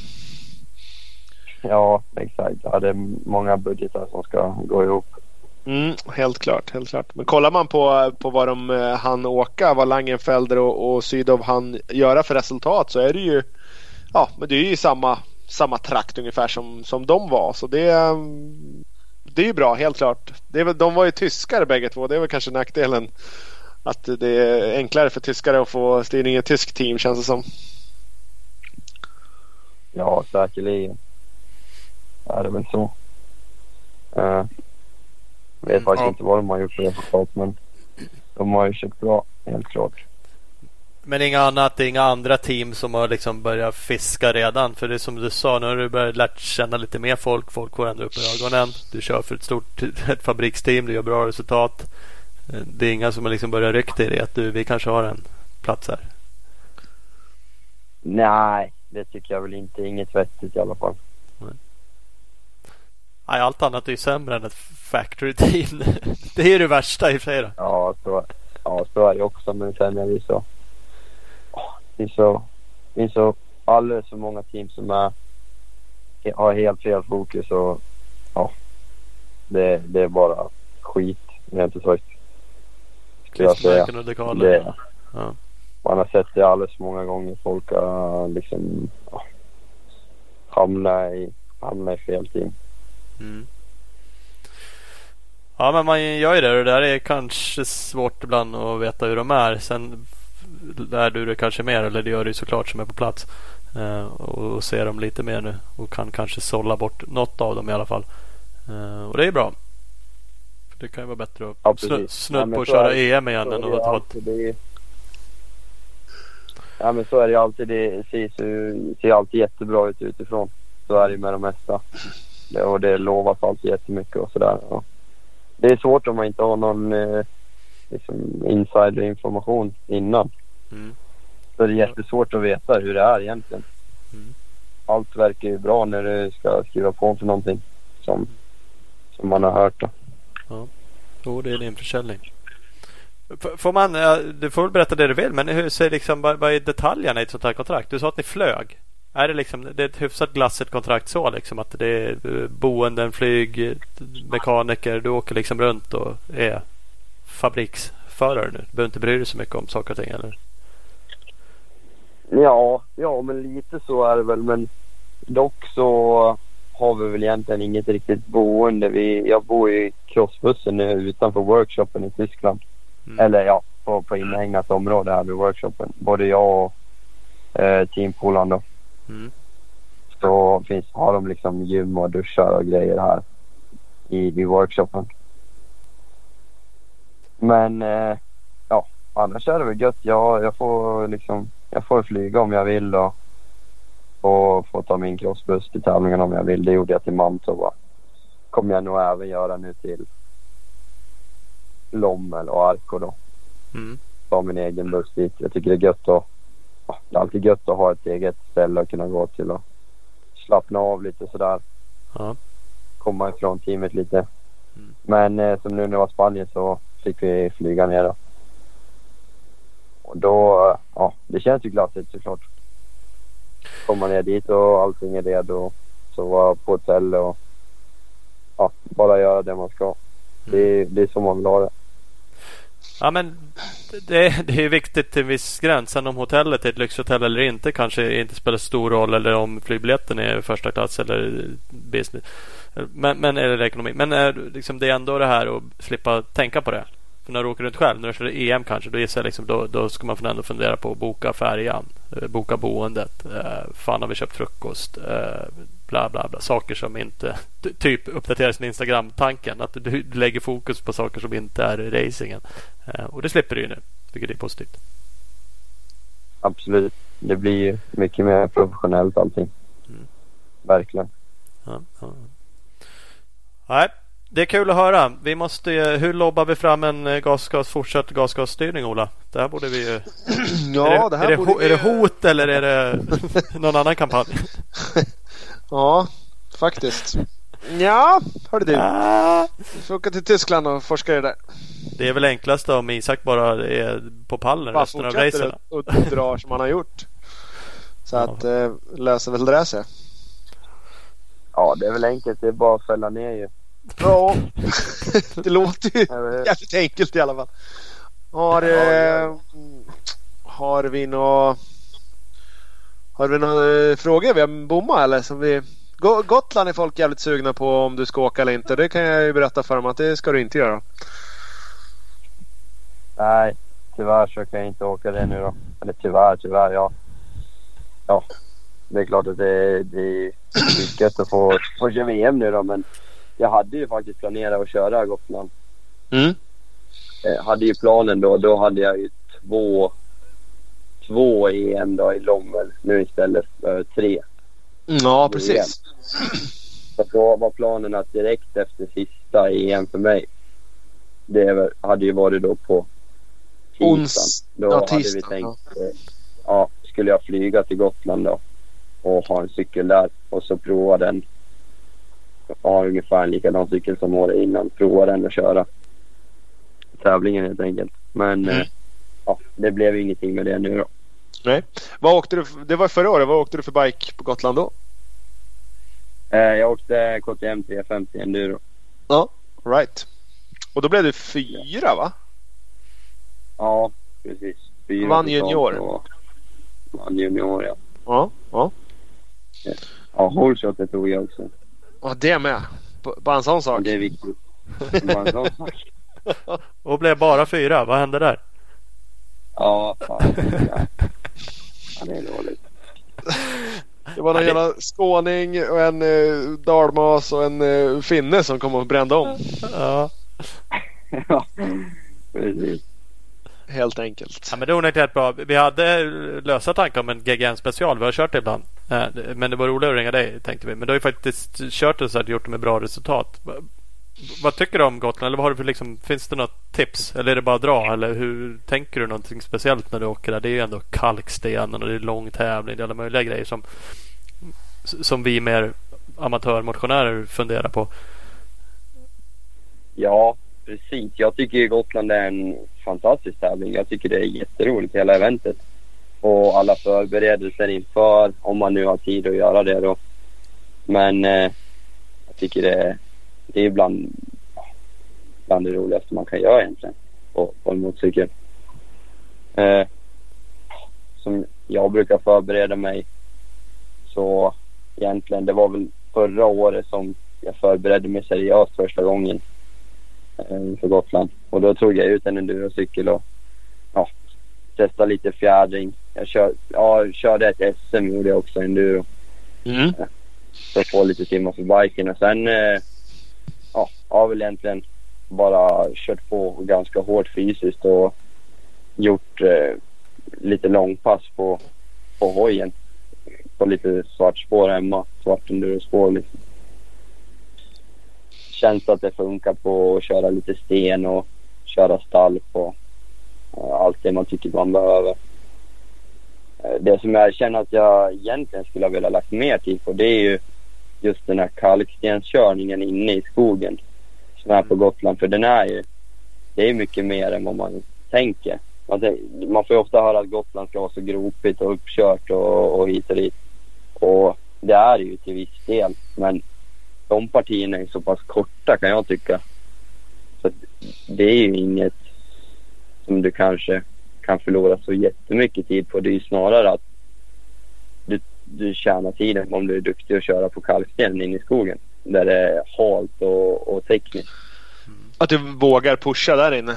Ja, exakt. Ja, det är många budgetar som ska gå ihop. Mm, helt klart, helt klart. Men kollar man på, på vad de han åka, vad Langenfelder och, och Sydov han göra för resultat, så är det ju ja, men det är ju samma, samma trakt ungefär som, som de var. Så det, det är ju bra, helt klart. Det är väl, de var ju tyskare bägge två. Det är väl kanske nackdelen att det är enklare för tyskare att få styrning i ett tysk team, känns det som. Ja, säkerligen. Ja, det är väl så. Uh. Jag vet faktiskt ja. inte vad de har gjort för resultat, men de har ju kört bra, helt klart. Men inga annat, inga andra team som har liksom börjat fiska redan. För det är som du sa, nu har du börjat lärt känna lite mer folk. Folk går ändå upp i ögonen. Du kör för ett stort ett fabriksteam, du gör bra resultat. Det är inga som har liksom börjat rykta i det att du, vi kanske har en plats här. Nej, det tycker jag väl inte. Inget vettigt i alla fall. Nej. Nej, allt annat är ju sämre än ett factory team. Det är det värsta i och för sig då. Ja, så, ja, så är det också. Men sen är det så det är så det är så alldeles för många team som är, har helt fel fokus och ja, det, det är bara skit, rent ut sagt. Skulle jag säga. Det, ja. Man har sett det alldeles för många gånger. Folk har liksom ja, hamnat i, hamnat i fel team. Mm. Ja, men man gör ju det. Det där är kanske svårt ibland att veta hur de är. Sen lär du det kanske mer, eller det gör du såklart som är på plats, uh, och ser dem lite mer nu och kan kanske sålla bort något av dem i alla fall. Uh, och det är bra. För det kan ju vara bättre att ja, snu- snudd på att köra E M igen än att ha ett... Ja, men så är det alltid. Det ser, ser, ser alltid jättebra ut utifrån. Så är det med de mesta. Det, och det lovas alltid jättemycket och sådär. Ja. Det är svårt om man inte har någon eh, liksom insiderinformation innan. Mm. Så det är jättesvårt att veta hur det är egentligen. Mm. Allt verkar ju bra när du ska skriva på för någonting som, som man har hört. Då. Ja, jo, det är din försäljning. Får man, du får väl berätta det du vill, men hur ser liksom, vad är detaljerna i ett sånt här kontrakt? Du sa att ni flög. Är det liksom, det är ett hyfsat glassigt kontrakt så liksom, att det är boenden, flyg, mekaniker, du åker liksom runt och är fabriksförare nu? Du behöver inte bry dig så mycket om saker och ting, eller? Ja, ja, men lite så är det väl, men dock så har vi väl egentligen inget riktigt boende. Vi, jag bor i crossbussen nu utanför workshopen i Tyskland. Mm. Eller ja, på, på inhägnat område här vid workshopen. Både jag och eh, teampolan då. Mm. Så finns, har de liksom gym och duschar och grejer här i, i workshopen. Men eh, ja, annars är det väl gött. Jag, jag får liksom jag får flyga om jag vill och, och få ta min crossbuss till tävlingen om jag vill. Det gjorde jag till Mantorp. Kommer jag nog även göra nu till Lommel och Arko då. Mm. Ta min egen buss dit. Jag tycker det är gött att ja, det är alltid gött att ha ett eget ställe att kunna gå till och slappna av lite sådär. Ja. Komma ifrån teamet lite. Mm. Men eh, som nu när det var Spanien så fick vi flyga ner då. Och då, ja, det känns ju glassigt såklart. Komma ner dit och allting är redo. Så vara på hotell och ja, bara göra det man ska. Mm. Det, det är så man vill ha det. Ja, men det, det är viktigt till en viss gräns. Sen om hotellet är ett lyxhotell eller inte kanske inte spelar stor roll, eller om flygbiljetten är första klass eller business. Men, men eller ekonomi. Men är, liksom, det är ändå det här att slippa tänka på det. För när du åker runt själv, när du kör E M kanske, då, är liksom, då, då ska man ändå fundera på att boka färjan, boka boendet, eh, fan har vi köpt frukost, eh, bla bla bla, saker som inte typ uppdaterar sin Instagram-tanken, att du, du lägger fokus på saker som inte är racingen, eh, och det slipper du ju nu, vilket är positivt. Absolut, det blir ju mycket mer professionellt allting. Mm. Verkligen. Ja, ja. Nej, det är kul att höra. Vi måste, hur lobbar vi fram en gasgas, fortsatt gasgasstyrning, Ola? Det här borde vi ju... Ja, är det, det här är det, borde ho- vi... är det hot eller är det någon annan kampanj? Ja, faktiskt. Ja, hörde du. Ah. Vi får åka till Tyskland och forska i det där. Det är väl enklast om Isak bara är på pallen bara resten av racen. Och, och drar som han har gjort. Så ja. att eh, löser väl det sig. Ja, det är väl enkelt. Det är bara att fälla ner ju. Ja, det låter ju jävligt enkelt i alla fall. Har, eh, har vi några Har vi några frågor vi har bomma eller som vi Gotland är folk jävligt sugna på om du ska åka eller inte. Det kan jag ju berätta för dem att det ska du inte göra. Nej, tyvärr så kan jag inte åka det nu då. Eller tyvärr, tyvärr, ja. Ja, det är klart att det, det är gött att få, få köra V M nu då, men jag hade ju faktiskt planerat att köra Gotland. Mm. Jag hade ju planen då. Då hade jag ju två två E M då i Lommel nu istället för tre. Ja, precis. Så då var planen att direkt efter sista E M för mig, det hade ju varit då på tisdagen. Då ja, hade tisdag, vi tänkt, ja. ja, skulle jag flyga till Gotland då och ha en cykel där och så prova den. Ja, ungefär en likadan cykel som året innan. Prova den och köra tävlingen helt enkelt. Men mm. eh, ja, det blev ingenting med det nu då. Nej. Vad åkte du, det var förra året, vad åkte du för bike på Gotland då? Eh, jag åkte K T M tre femtio Enduro. Ja, right. Och då blev du fyra, va? Ja, precis. Fyra vann junior. Och, vann junior, ja. Ja, ja. Ja, holeshotet tog jag också. Ja, det med. Bara en sån sak. Det är viktigt. Bara en sån sak. Och blev bara fyra. Vad hände där? Ja, fan. Ja, det är dåligt. Det var någon jävla skåning och en uh, dalmas och en uh, finne som kom och brände om. Ja. Ja, precis. helt enkelt. Ja, men det är onekligt bra. Vi hade lösa tankar om en G G N-special. Vi har kört det ibland. Men det var roligt att ringa dig, tänkte vi. Men du har ju faktiskt kört det så att du gjort det med bra resultat. Vad tycker du om Gotland? Eller vad har du för liksom, finns det något tips? Eller är det bara att dra? Eller hur tänker du någonting speciellt när du åker där? Det är ju ändå kalkstenen och det är lång tävling. Det är alla möjliga grejer som, som vi mer amatörmotionärer funderar på. Ja, precis. Jag tycker ju Gotland är en fantastisk tävling. Jag tycker det är jätteroligt hela eventet. Och alla förberedelser inför, om man nu har tid att göra det då. Men eh, jag tycker det är, det är bland, bland det roligaste man kan göra egentligen på, på en motorcykel. Eh, som jag brukar förbereda mig, så egentligen det var väl förra året som jag förberedde mig seriöst första gången eh, för Gotland. Och då tog jag ut en endurocykel och ja, testa lite fjädring. Jag kör, ja, körde ett S M, gjorde jag också enduro. Mm. Så få lite timmar för biken. Och sen eh, ja, har väl egentligen bara kört på ganska hårt fysiskt och gjort eh, lite långpass på, på hojen. På lite svart spår hemma. Svart endurospår liksom. Känns att det funkar på att köra lite sten och köra stall på allt det man tycker man behöver. Det som jag känner att jag egentligen skulle ha velat lagt mer tid på, det är ju just den här kalkstenskörningen inne i skogen som är på Gotland. För den är ju, det är mycket mer än vad man tänker. Man, man får ju ofta höra att Gotland ska vara så gropigt och uppkört och, och hit och dit. Och det är ju till viss del. Men de partierna är så pass korta, kan jag tycka. Så det är ju inget som du kanske kan förlora så jättemycket tid på. Det är ju snarare att du, du tjänar tiden om du är duktig att köra på kalksten in i skogen. Där det är halt och, och tekniskt. Att du vågar pusha där inne.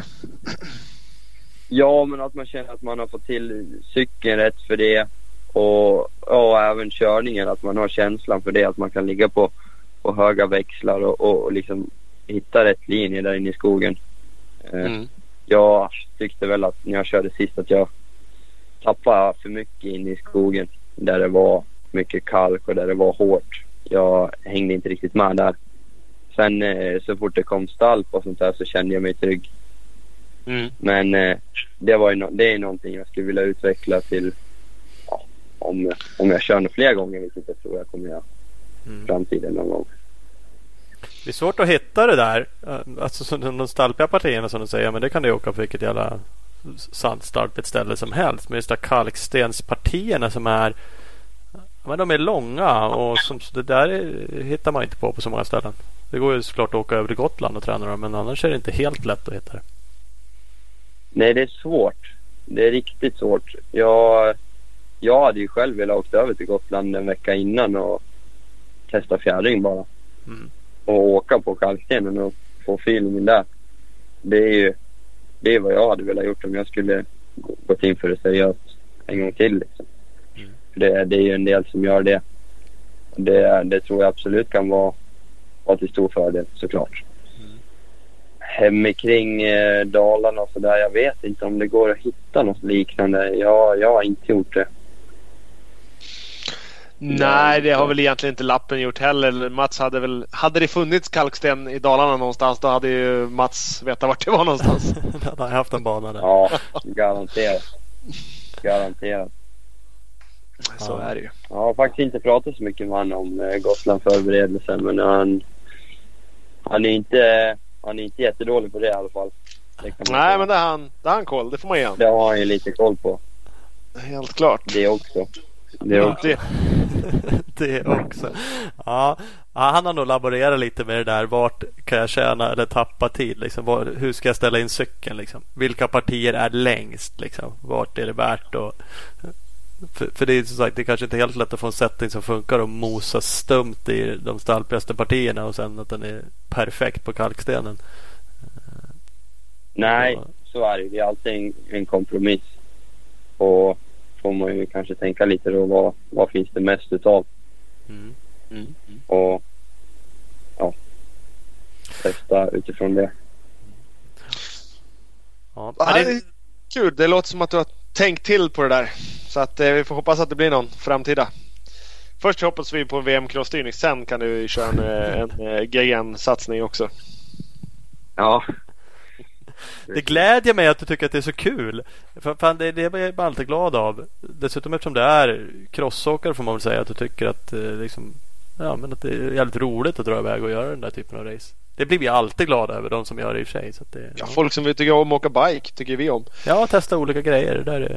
Ja, men att man känner att man har fått till cykeln rätt för det. Och ja, även körningen. Att man har känslan för det. Att man kan ligga på, på höga växlar och, och, och liksom hitta rätt linje där inne i skogen. Mm. Jag tyckte väl att när jag körde sist att jag tappade för mycket in i skogen. Där det var mycket kalk och där det var hårt. Jag hängde inte riktigt med där. Sen eh, så fort det kom stall och sånt där så kände jag mig trygg. Mm. Men eh, det, var ju no- det är någonting jag skulle vilja utveckla till ja, om, om jag kör några fler gånger, vilket jag tror jag kommer göra mm. framtiden någon gång. Det är svårt att hitta det där. Alltså som de stalpiga partierna som de säger, men det kan du åka på vilket jävla sandstalpigt ställe som helst. Men just de kalkstenspartierna som är, men de är långa och som, det där är, hittar man inte på på så många ställen. Det går ju såklart att åka över till Gotland och träna dem, men annars är det inte helt lätt att hitta det. Nej, det är svårt. Det är riktigt svårt. Jag, jag hade ju själv velat åka över till Gotland en vecka innan och testa fjädring bara. Mm. Och åka på kalkstenen och få feelingen där. Det är ju det är vad jag hade velat gjort om jag skulle gått in för det seriöst en gång till liksom. Mm. Det, det är ju en del som gör det. Det, det tror jag absolut kan vara, vara till stor fördel såklart. Mm. Hemma kring eh, Dalarna och sådär, jag vet inte om det går att hitta något liknande. Jag, jag har inte gjort det. Nej, det har väl egentligen inte lappen gjort heller. Mats hade väl, hade det funnits kalksten i Dalarna någonstans, då hade ju Mats vetat vart det var någonstans. Han har haft en bana där. Ja, garanterat. Garanterat. Så ja. Är det ju. Jag har faktiskt inte pratat så mycket med han om Gotland förberedelsen, men han han är inte han är inte jättedålig på det i alla fall. Det kan man Nej, säga. men det har han, det har han koll, det får man igen. Det har han ju lite koll på. Helt klart. Det också. Det också. Det, det också. Ja, han har nog laborerat lite med det där. Vart kan jag tjäna eller tappa tid? Liksom? Var, hur ska jag ställa in cykeln? Liksom? Vilka partier är längst? Liksom? Vart är det värt att... För, för det är som sagt, det är kanske inte helt lätt att få en setting som funkar och mosa stumt i de stalpigaste partierna och sen att den är perfekt på kalkstenen. Nej, så är det. Det är alltid en, en kompromiss. Och får man ju kanske tänka lite då, vad, vad finns det mest utav? Mm. Mm. Mm. Och ja, testa utifrån det. Ja, det, Kul, det låter som att du har tänkt till på det där. Så att eh, vi får hoppas att det blir någon framtida. Först hoppas vi på V M-crossstyrning. Sen kan du köra en, en, en G N-satsning också. Ja. Det glädjer mig att du tycker att det är så kul. För fan, det, det är jag bara alltid glad av. Dessutom eftersom det är crossåkare får man väl säga att du tycker att, liksom, ja, men att det är jävligt roligt att dra iväg och göra den där typen av race. Det blir vi alltid glada över, de som gör det i och för sig. Så att det, ja. Ja, folk som vill tycka om att åka bike tycker vi om. Ja, testa olika grejer. Det där är...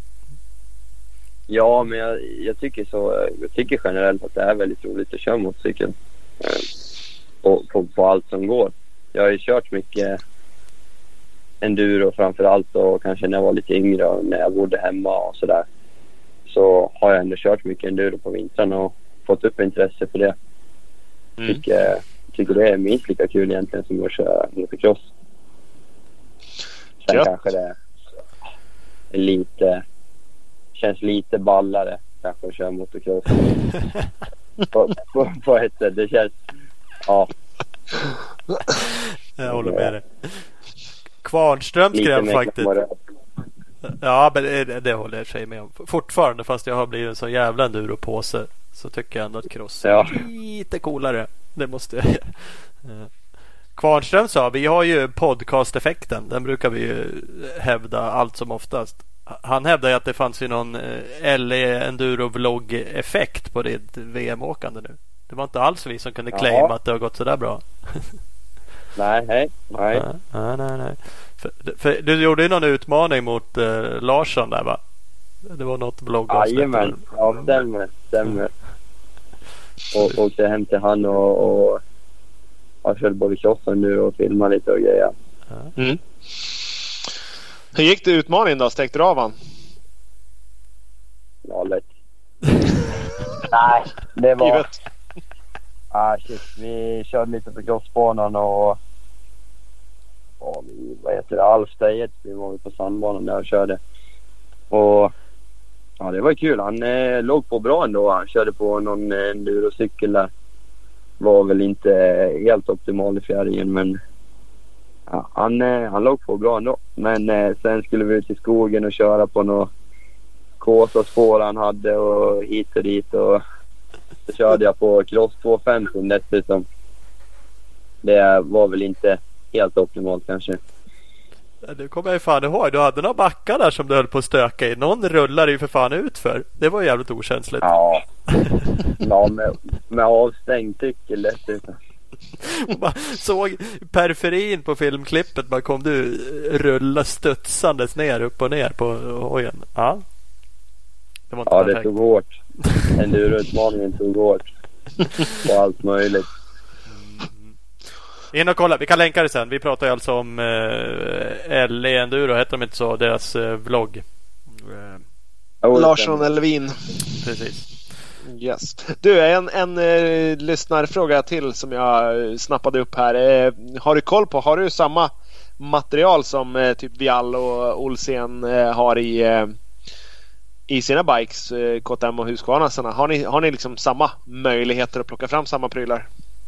Ja, men jag, jag tycker så. Jag tycker generellt att det är väldigt roligt att köra motorcykel. Eh, och på, på allt som går. Jag har ju kört mycket enduro framförallt, och kanske när jag var lite yngre och när jag bodde hemma och sådär. Så har jag ändå kört mycket enduro på vintrarna och fått upp intresse för det. Mm. Tycker, tycker det är minst lika kul egentligen som att köra motocross. Sen ja. Kanske det är lite... känns lite ballare kanske att köra motocross på, på, på ett sätt. Det känns, ja. Jag håller med dig. Kvarnström skrev faktiskt. Ja, men det, det håller jag sig med om. Fortfarande, fast jag har blivit en så jävla enduropåse, så tycker jag ändå att cross är ja. lite coolare. Det måste jag göra. Kvarnström sa, vi har ju podcast-effekten. Den brukar vi ju hävda allt som oftast. Han hävdar ju att det fanns ju någon L E Enduro-vlogg-effekt på ditt V M-åkande nu. Det var inte alls vi som kunde claima att det har gått så där bra. Nej, hej. Nej. Nej, nej, nej. För, för, du gjorde ju någon utmaning mot uh, Larsson där, va? Det var något vloggavsnitt. Jajamän, ja, stämmer, stämmer. Och åkte hem till han och, och jag körde både krossen nu och filmade lite och grejer. Mm. Hur gick det utmaningen då? Stäckte du av han? Ja, lätt. Nej, det var... Ah, shit. Vi körde lite på crossbanan och... och vi, vad heter det? Alfta i vi var på sandbanan där och körde. Och... ja, det var kul. Han eh, låg på bra ändå. Han körde på någon eh, endurocykel där. Var väl inte helt optimal i fjärringen, men... ja, han, eh, han låg på bra ändå. Men eh, sen skulle vi ut i skogen och köra på några Kåsa-spår han hade och hit och dit. Och så körde jag på cross tvåhundrafemtio dessutom. Det var väl inte helt optimalt kanske. Det kommer jag ju fan ihåg. Du hade några backar där som du höll på att stöka i. Någon rullade ju för fan ut för. Det var jävligt okänsligt. Ja, ja med, med avstängd cykel dessutom. Man såg periferin på filmklippet. Man kom du rulla studsandes ner, upp och ner på hojen. Ja, det, var inte ja, det tog hårt. Enduro-utmaningen tog hårt. På allt möjligt. Mm. In och kolla, vi kan länka det sen. Vi pratar ju alltså om eh, L E Enduro, heter de inte så, deras eh, vlogg. Eh. Larsson Elvin. Precis. Yes. Du, en, en eh, lyssnarfråga till som jag snappade upp här. Eh, har du koll på, har du samma material som eh, typ Viall och Olsen eh, har i eh, i sina bikes, eh, K T M och Husqvarna? Har ni, har ni liksom samma möjligheter att plocka fram samma prylar?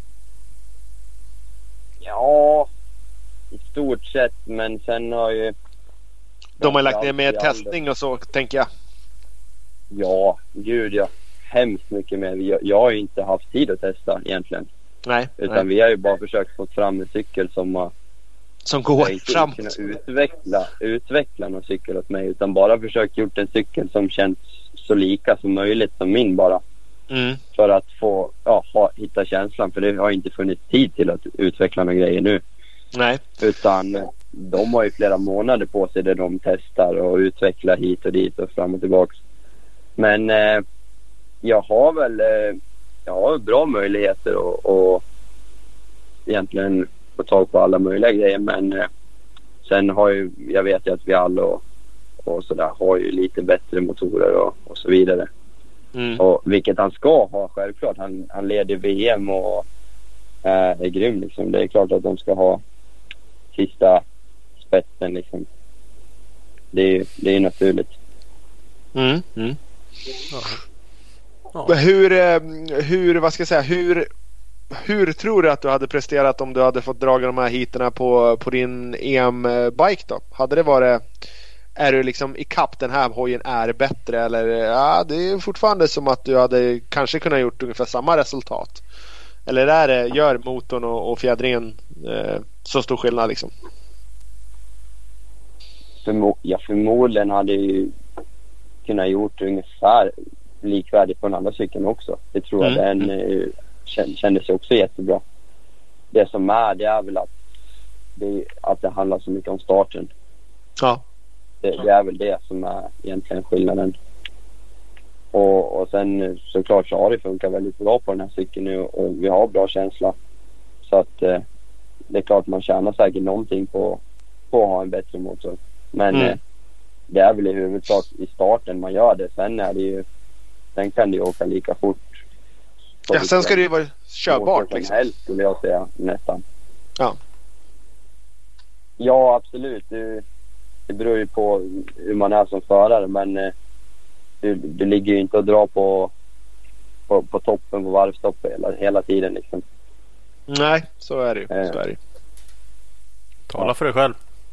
Ja, i stort sett, men sen har ju de har lagt ner med testning och så, tänker jag. Ja, gud ja. Hemskt mycket mer. Jag, jag har ju inte haft tid att testa egentligen. Nej. Utan nej. vi har ju bara försökt få fram en cykel som har som går framåt. Kunna utveckla, utveckla någon cykel åt mig, utan bara försökt gjort en cykel som känns så lika som möjligt som min bara. Mm. För att få ja, ha, hitta känslan, för det har inte funnits tid till att utveckla några grejer nu. Nej. Utan de har ju flera månader på sig där de testar och utvecklar hit och dit och fram och tillbaka. Men eh, jag har väl eh, jag har bra möjligheter och, och egentligen få tag på alla möjliga grejer, men eh, sen har ju, jag vet ju att vi alla och, och sådär har ju lite bättre motorer och, och så vidare. Mm. Och vilket han ska ha självklart. Han, han leder V M och äh, är grym liksom. Det är klart att de ska ha sista spetsen liksom. Det är det är naturligt. Mm. Mm. Ja. Ja. Hur hur vad ska jag säga hur hur tror du att du hade presterat om du hade fått draga de här heaterna på på din E M-bike då? Hade det varit är du liksom i kapp, den här hojen är bättre, eller ja, det är fortfarande som att du hade kanske kunnat gjort ungefär samma resultat, eller är det, gör motorn och, och fjädringen eh, så stor skillnad liksom? Förmo- ja, förmodligen hade jag ju kunnat gjort ungefär likvärdigt på den andra cykeln också. Det tror jag mm. den eh, kändes också jättebra. Det som är, det är väl att det, att det handlar så mycket om starten. Ja. Det, det är väl det som är egentligen skillnaden. Och, och sen såklart så har det funkat väldigt bra på den här cykeln nu och vi har bra känsla. Så att eh, det är klart man tjänar säkert någonting på, på att ha en bättre motor. Men mm. eh, det är väl i huvudsak i starten man gör det. Sen är det ju, sen kan det ju åka lika fort. Ja, sen ska det ju vara körbart liksom. Helst skulle jag säga nästan. Ja. Ja, absolut. Det, det beror ju på hur man är som förare, men eh, du, du ligger ju inte och drar på, på, på toppen på varvstopp hela, hela tiden liksom. Nej, så är det ju. Eh. Så är det ju. Tala för dig själv.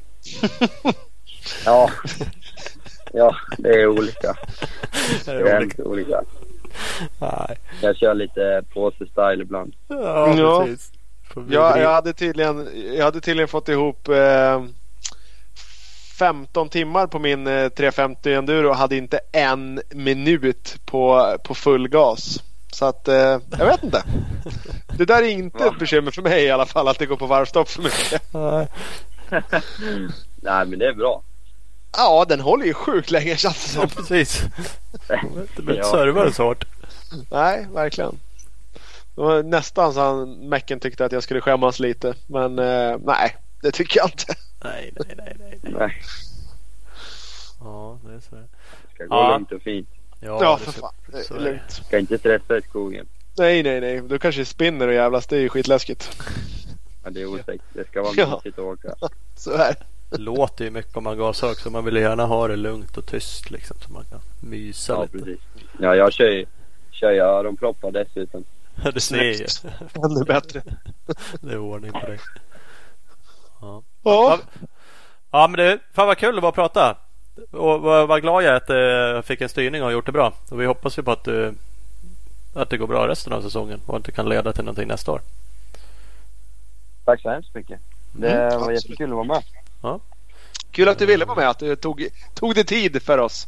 Ja. Ja, det är olika. Det är, det är olika. olika. Nej. Jag kör lite påse-style ibland. Ja, ja. precis. Ja, jag hade tydligen jag hade tydligen fått ihop eh, femton timmar på min eh, trehundrafemtio enduro och hade inte en minut på, på full gas. Så att eh, jag vet inte. Det där är inte ett bekymmer för mig i alla fall, att det går på varvstopp för mycket. Nej. Nej, men det är bra. Ja, den håller ju sjukt länge, känns det som. Ja, precis. Det blir inte servare så hårt. Nej, verkligen. Det var nästan så han Mäcken tyckte att jag skulle skämmas lite. Men eh, nej, det tycker jag inte. Nej, nej, nej, nej, nej. Nej. Ja, det är så. Det ska gå Ja. lugnt och fint. Ja, Ja, det för ska- fan. Det så är är det. lugnt. Ska inte stressa i skogen. Nej, nej, nej. Du kanske spinner och jävlas. Det är ju skitläskigt. Ja, det är osäkert. Det ska vara Ja. mysigt att åka. Så här. Det låter ju mycket om man gasar också. Man vill gärna ha det lugnt och tyst liksom, så man kan mysa Ja, lite. precis. Ja, jag kör ju, kör ju öronproppar dessutom. Det ser ju. Ännu bättre. Det är ordning på dig. Ja. Ja. Ja, men det, fan vad kul det var att prata. Och vad, vad glad jag är att jag fick en styrning och har gjort det bra. Och vi hoppas ju på att, du, att det går bra resten av säsongen och att det kan leda till någonting nästa år. Tack så hemskt mycket. Det Mm, var absolut. jättekul att vara med. Ja. Kul att du ville vara med. Att du tog, tog det tid för oss.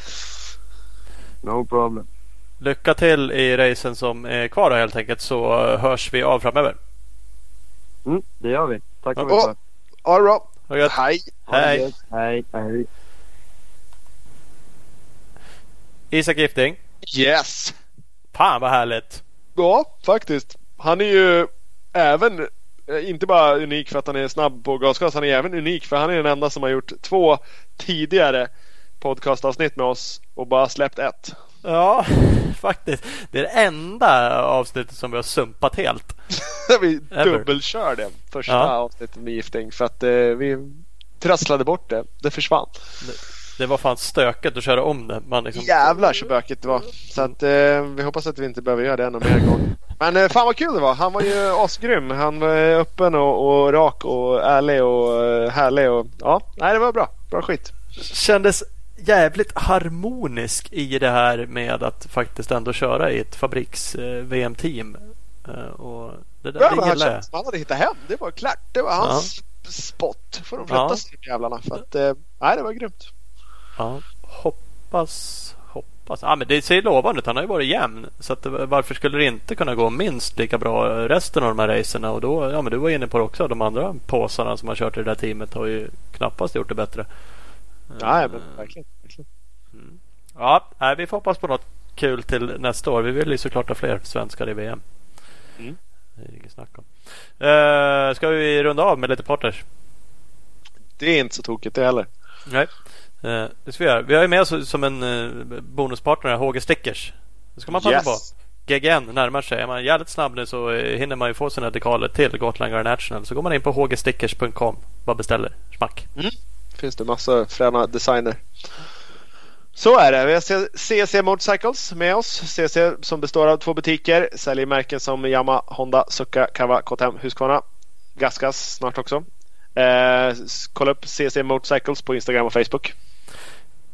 No problem. Lycka till i racen som är kvar då, helt enkelt, så hörs vi av framöver. Mm, det gör vi. Tack så Ja. mycket. All right. Ha gött. Hej. Hej. Hej. Hej. Isak Gifting. Yes. Fan vad härligt. Ja, faktiskt. Han är ju även eh, inte bara unik för att han är snabb på gasgas. Han är även unik för han är den enda som har gjort två tidigare podcastavsnitt med oss och bara släppt ett. Ja, faktiskt. Det är det enda avsnittet som vi har sumpat helt. Vi Ever. dubbelkörde första Ja. avsnittet med Gifting för att eh, vi trasslade bort det. Det försvann. Det var fan stökigt att köra om det. Man liksom... Jävlar så bökigt det var. Så att eh, vi hoppas att vi inte behöver göra det ännu mer gång. Men eh, fan vad kul det var. Han var ju asgrym. Han var öppen och, och rak och ärlig och eh, härlig och ja, nej det var bra. Bra skit. Kändes jävligt harmonisk i det här med att faktiskt ändå köra i ett fabriks-V M-team. Eh, och det där Ja, det men han gillar jag. kände som han hade hittat hem. Det var klart. Det var hans spot. Får de flytta Ja. sig jävlarna. För att, eh, nej det var grymt. Ja, hoppas, hoppas. Ja, men det ser lovande ut. Han har ju varit jämn. Så att, varför skulle det inte kunna gå minst lika bra resten av de här racerna? Och då, ja men du var inne på det också. De andra påsarna som har kört i det där teamet har ju knappast gjort det bättre. Nej, men verkligen. verkligen. Ja, nej, vi får hoppas på något kul till nästa år. Vi vill ju såklart ha fler svenskar i V M. Mm. Det är inget snack om. Uh, ska vi runda av med lite partners? Det är inte så tokigt det heller. Nej. Uh, det ska vi göra. Vi har ju med oss som en uh, bonuspartner H G Stickers. Det ska man passa Yes. på. G G N närmar sig. Är man jävligt snabb nu så uh, hinner man ju få sina dekaler till Gotland Garden National. Så går man in på h g stickers punkt com. Bara beställer. Smack. Mm. Finns det massa fräna designer. Så är det. Vi har C C Motorcycles med oss. C C som består av två butiker. Säljer märken som Yamaha, Honda, Succa, Kawa, K T M, Husqvarna. Gasgas snart också. Eh, kolla upp C C Motorcycles på Instagram och Facebook.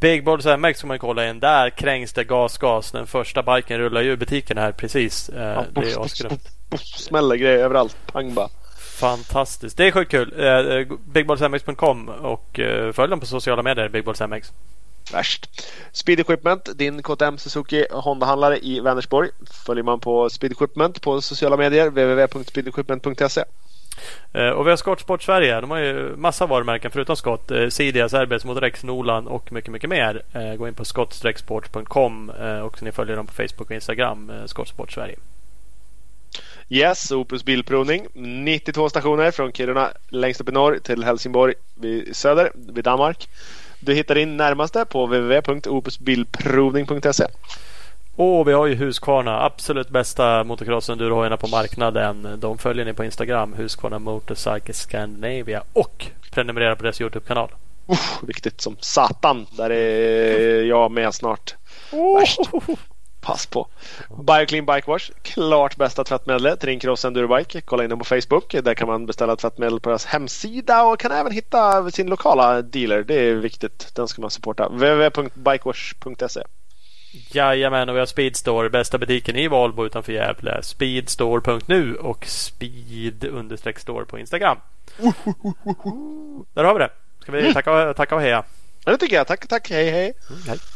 Big Balls M X ska man kolla in. Där krängs det gas, gas. Den första biken rullar ju i butiken här precis. Eh, Ja, det buff, är buff, asgrymt. buff, smäller grejer överallt. Pang bara. Fantastiskt. Det är sjukt kul. Eh, big balls m x punkt com och eh, följ dem på sociala medier. Big Balls M X. Värst. Speed Equipment, din K T M Suzuki Honda-handlare i Vänersborg. Följer man på Speed Equipment på sociala medier. w w w punkt speed equipment punkt se. Eh, och vi har Scott Sport Sverige. De har ju massa varumärken förutom Scott. Eh, C D S, R B S, Motorex, Nolan och mycket, mycket mer. Eh, gå in på scott sport punkt com eh, och ni följer dem på Facebook och Instagram. Eh, Scott Sport Sverige. Yes, Opus Bilprovning. nittiotvå stationer från Kiruna längst upp i norr till Helsingborg vid söder, vid Danmark. Du hittar din närmaste på w w w punkt opus bilprovning punkt se. Och vi har ju Husqvarna, absolut bästa motocrossen du har på marknaden. De följer ni på Instagram, Husqvarna Motorcycle Scandinavia, och prenumerera på deras YouTube-kanal. Uff, viktigt som satan. Där är jag med snart. Värst. Pass på. Bioclean Bike Wash, klart bästa tvättmedlet till din cross endurobike. Kolla in dem på Facebook. Där kan man beställa tvättmedel på deras hemsida och kan även hitta sin lokala dealer. Det är viktigt. Den ska man supporta. w w w punkt bikewash punkt se. Jajamän, och vi har Speedstore, bästa butiken i Valbo utanför Gävle. Speedstore punkt nu och speed-store på Instagram. Där har vi det. Ska vi tacka, tacka och heja? Ja, det tycker jag. Tack, tack. Hej, hej. Mm, hej.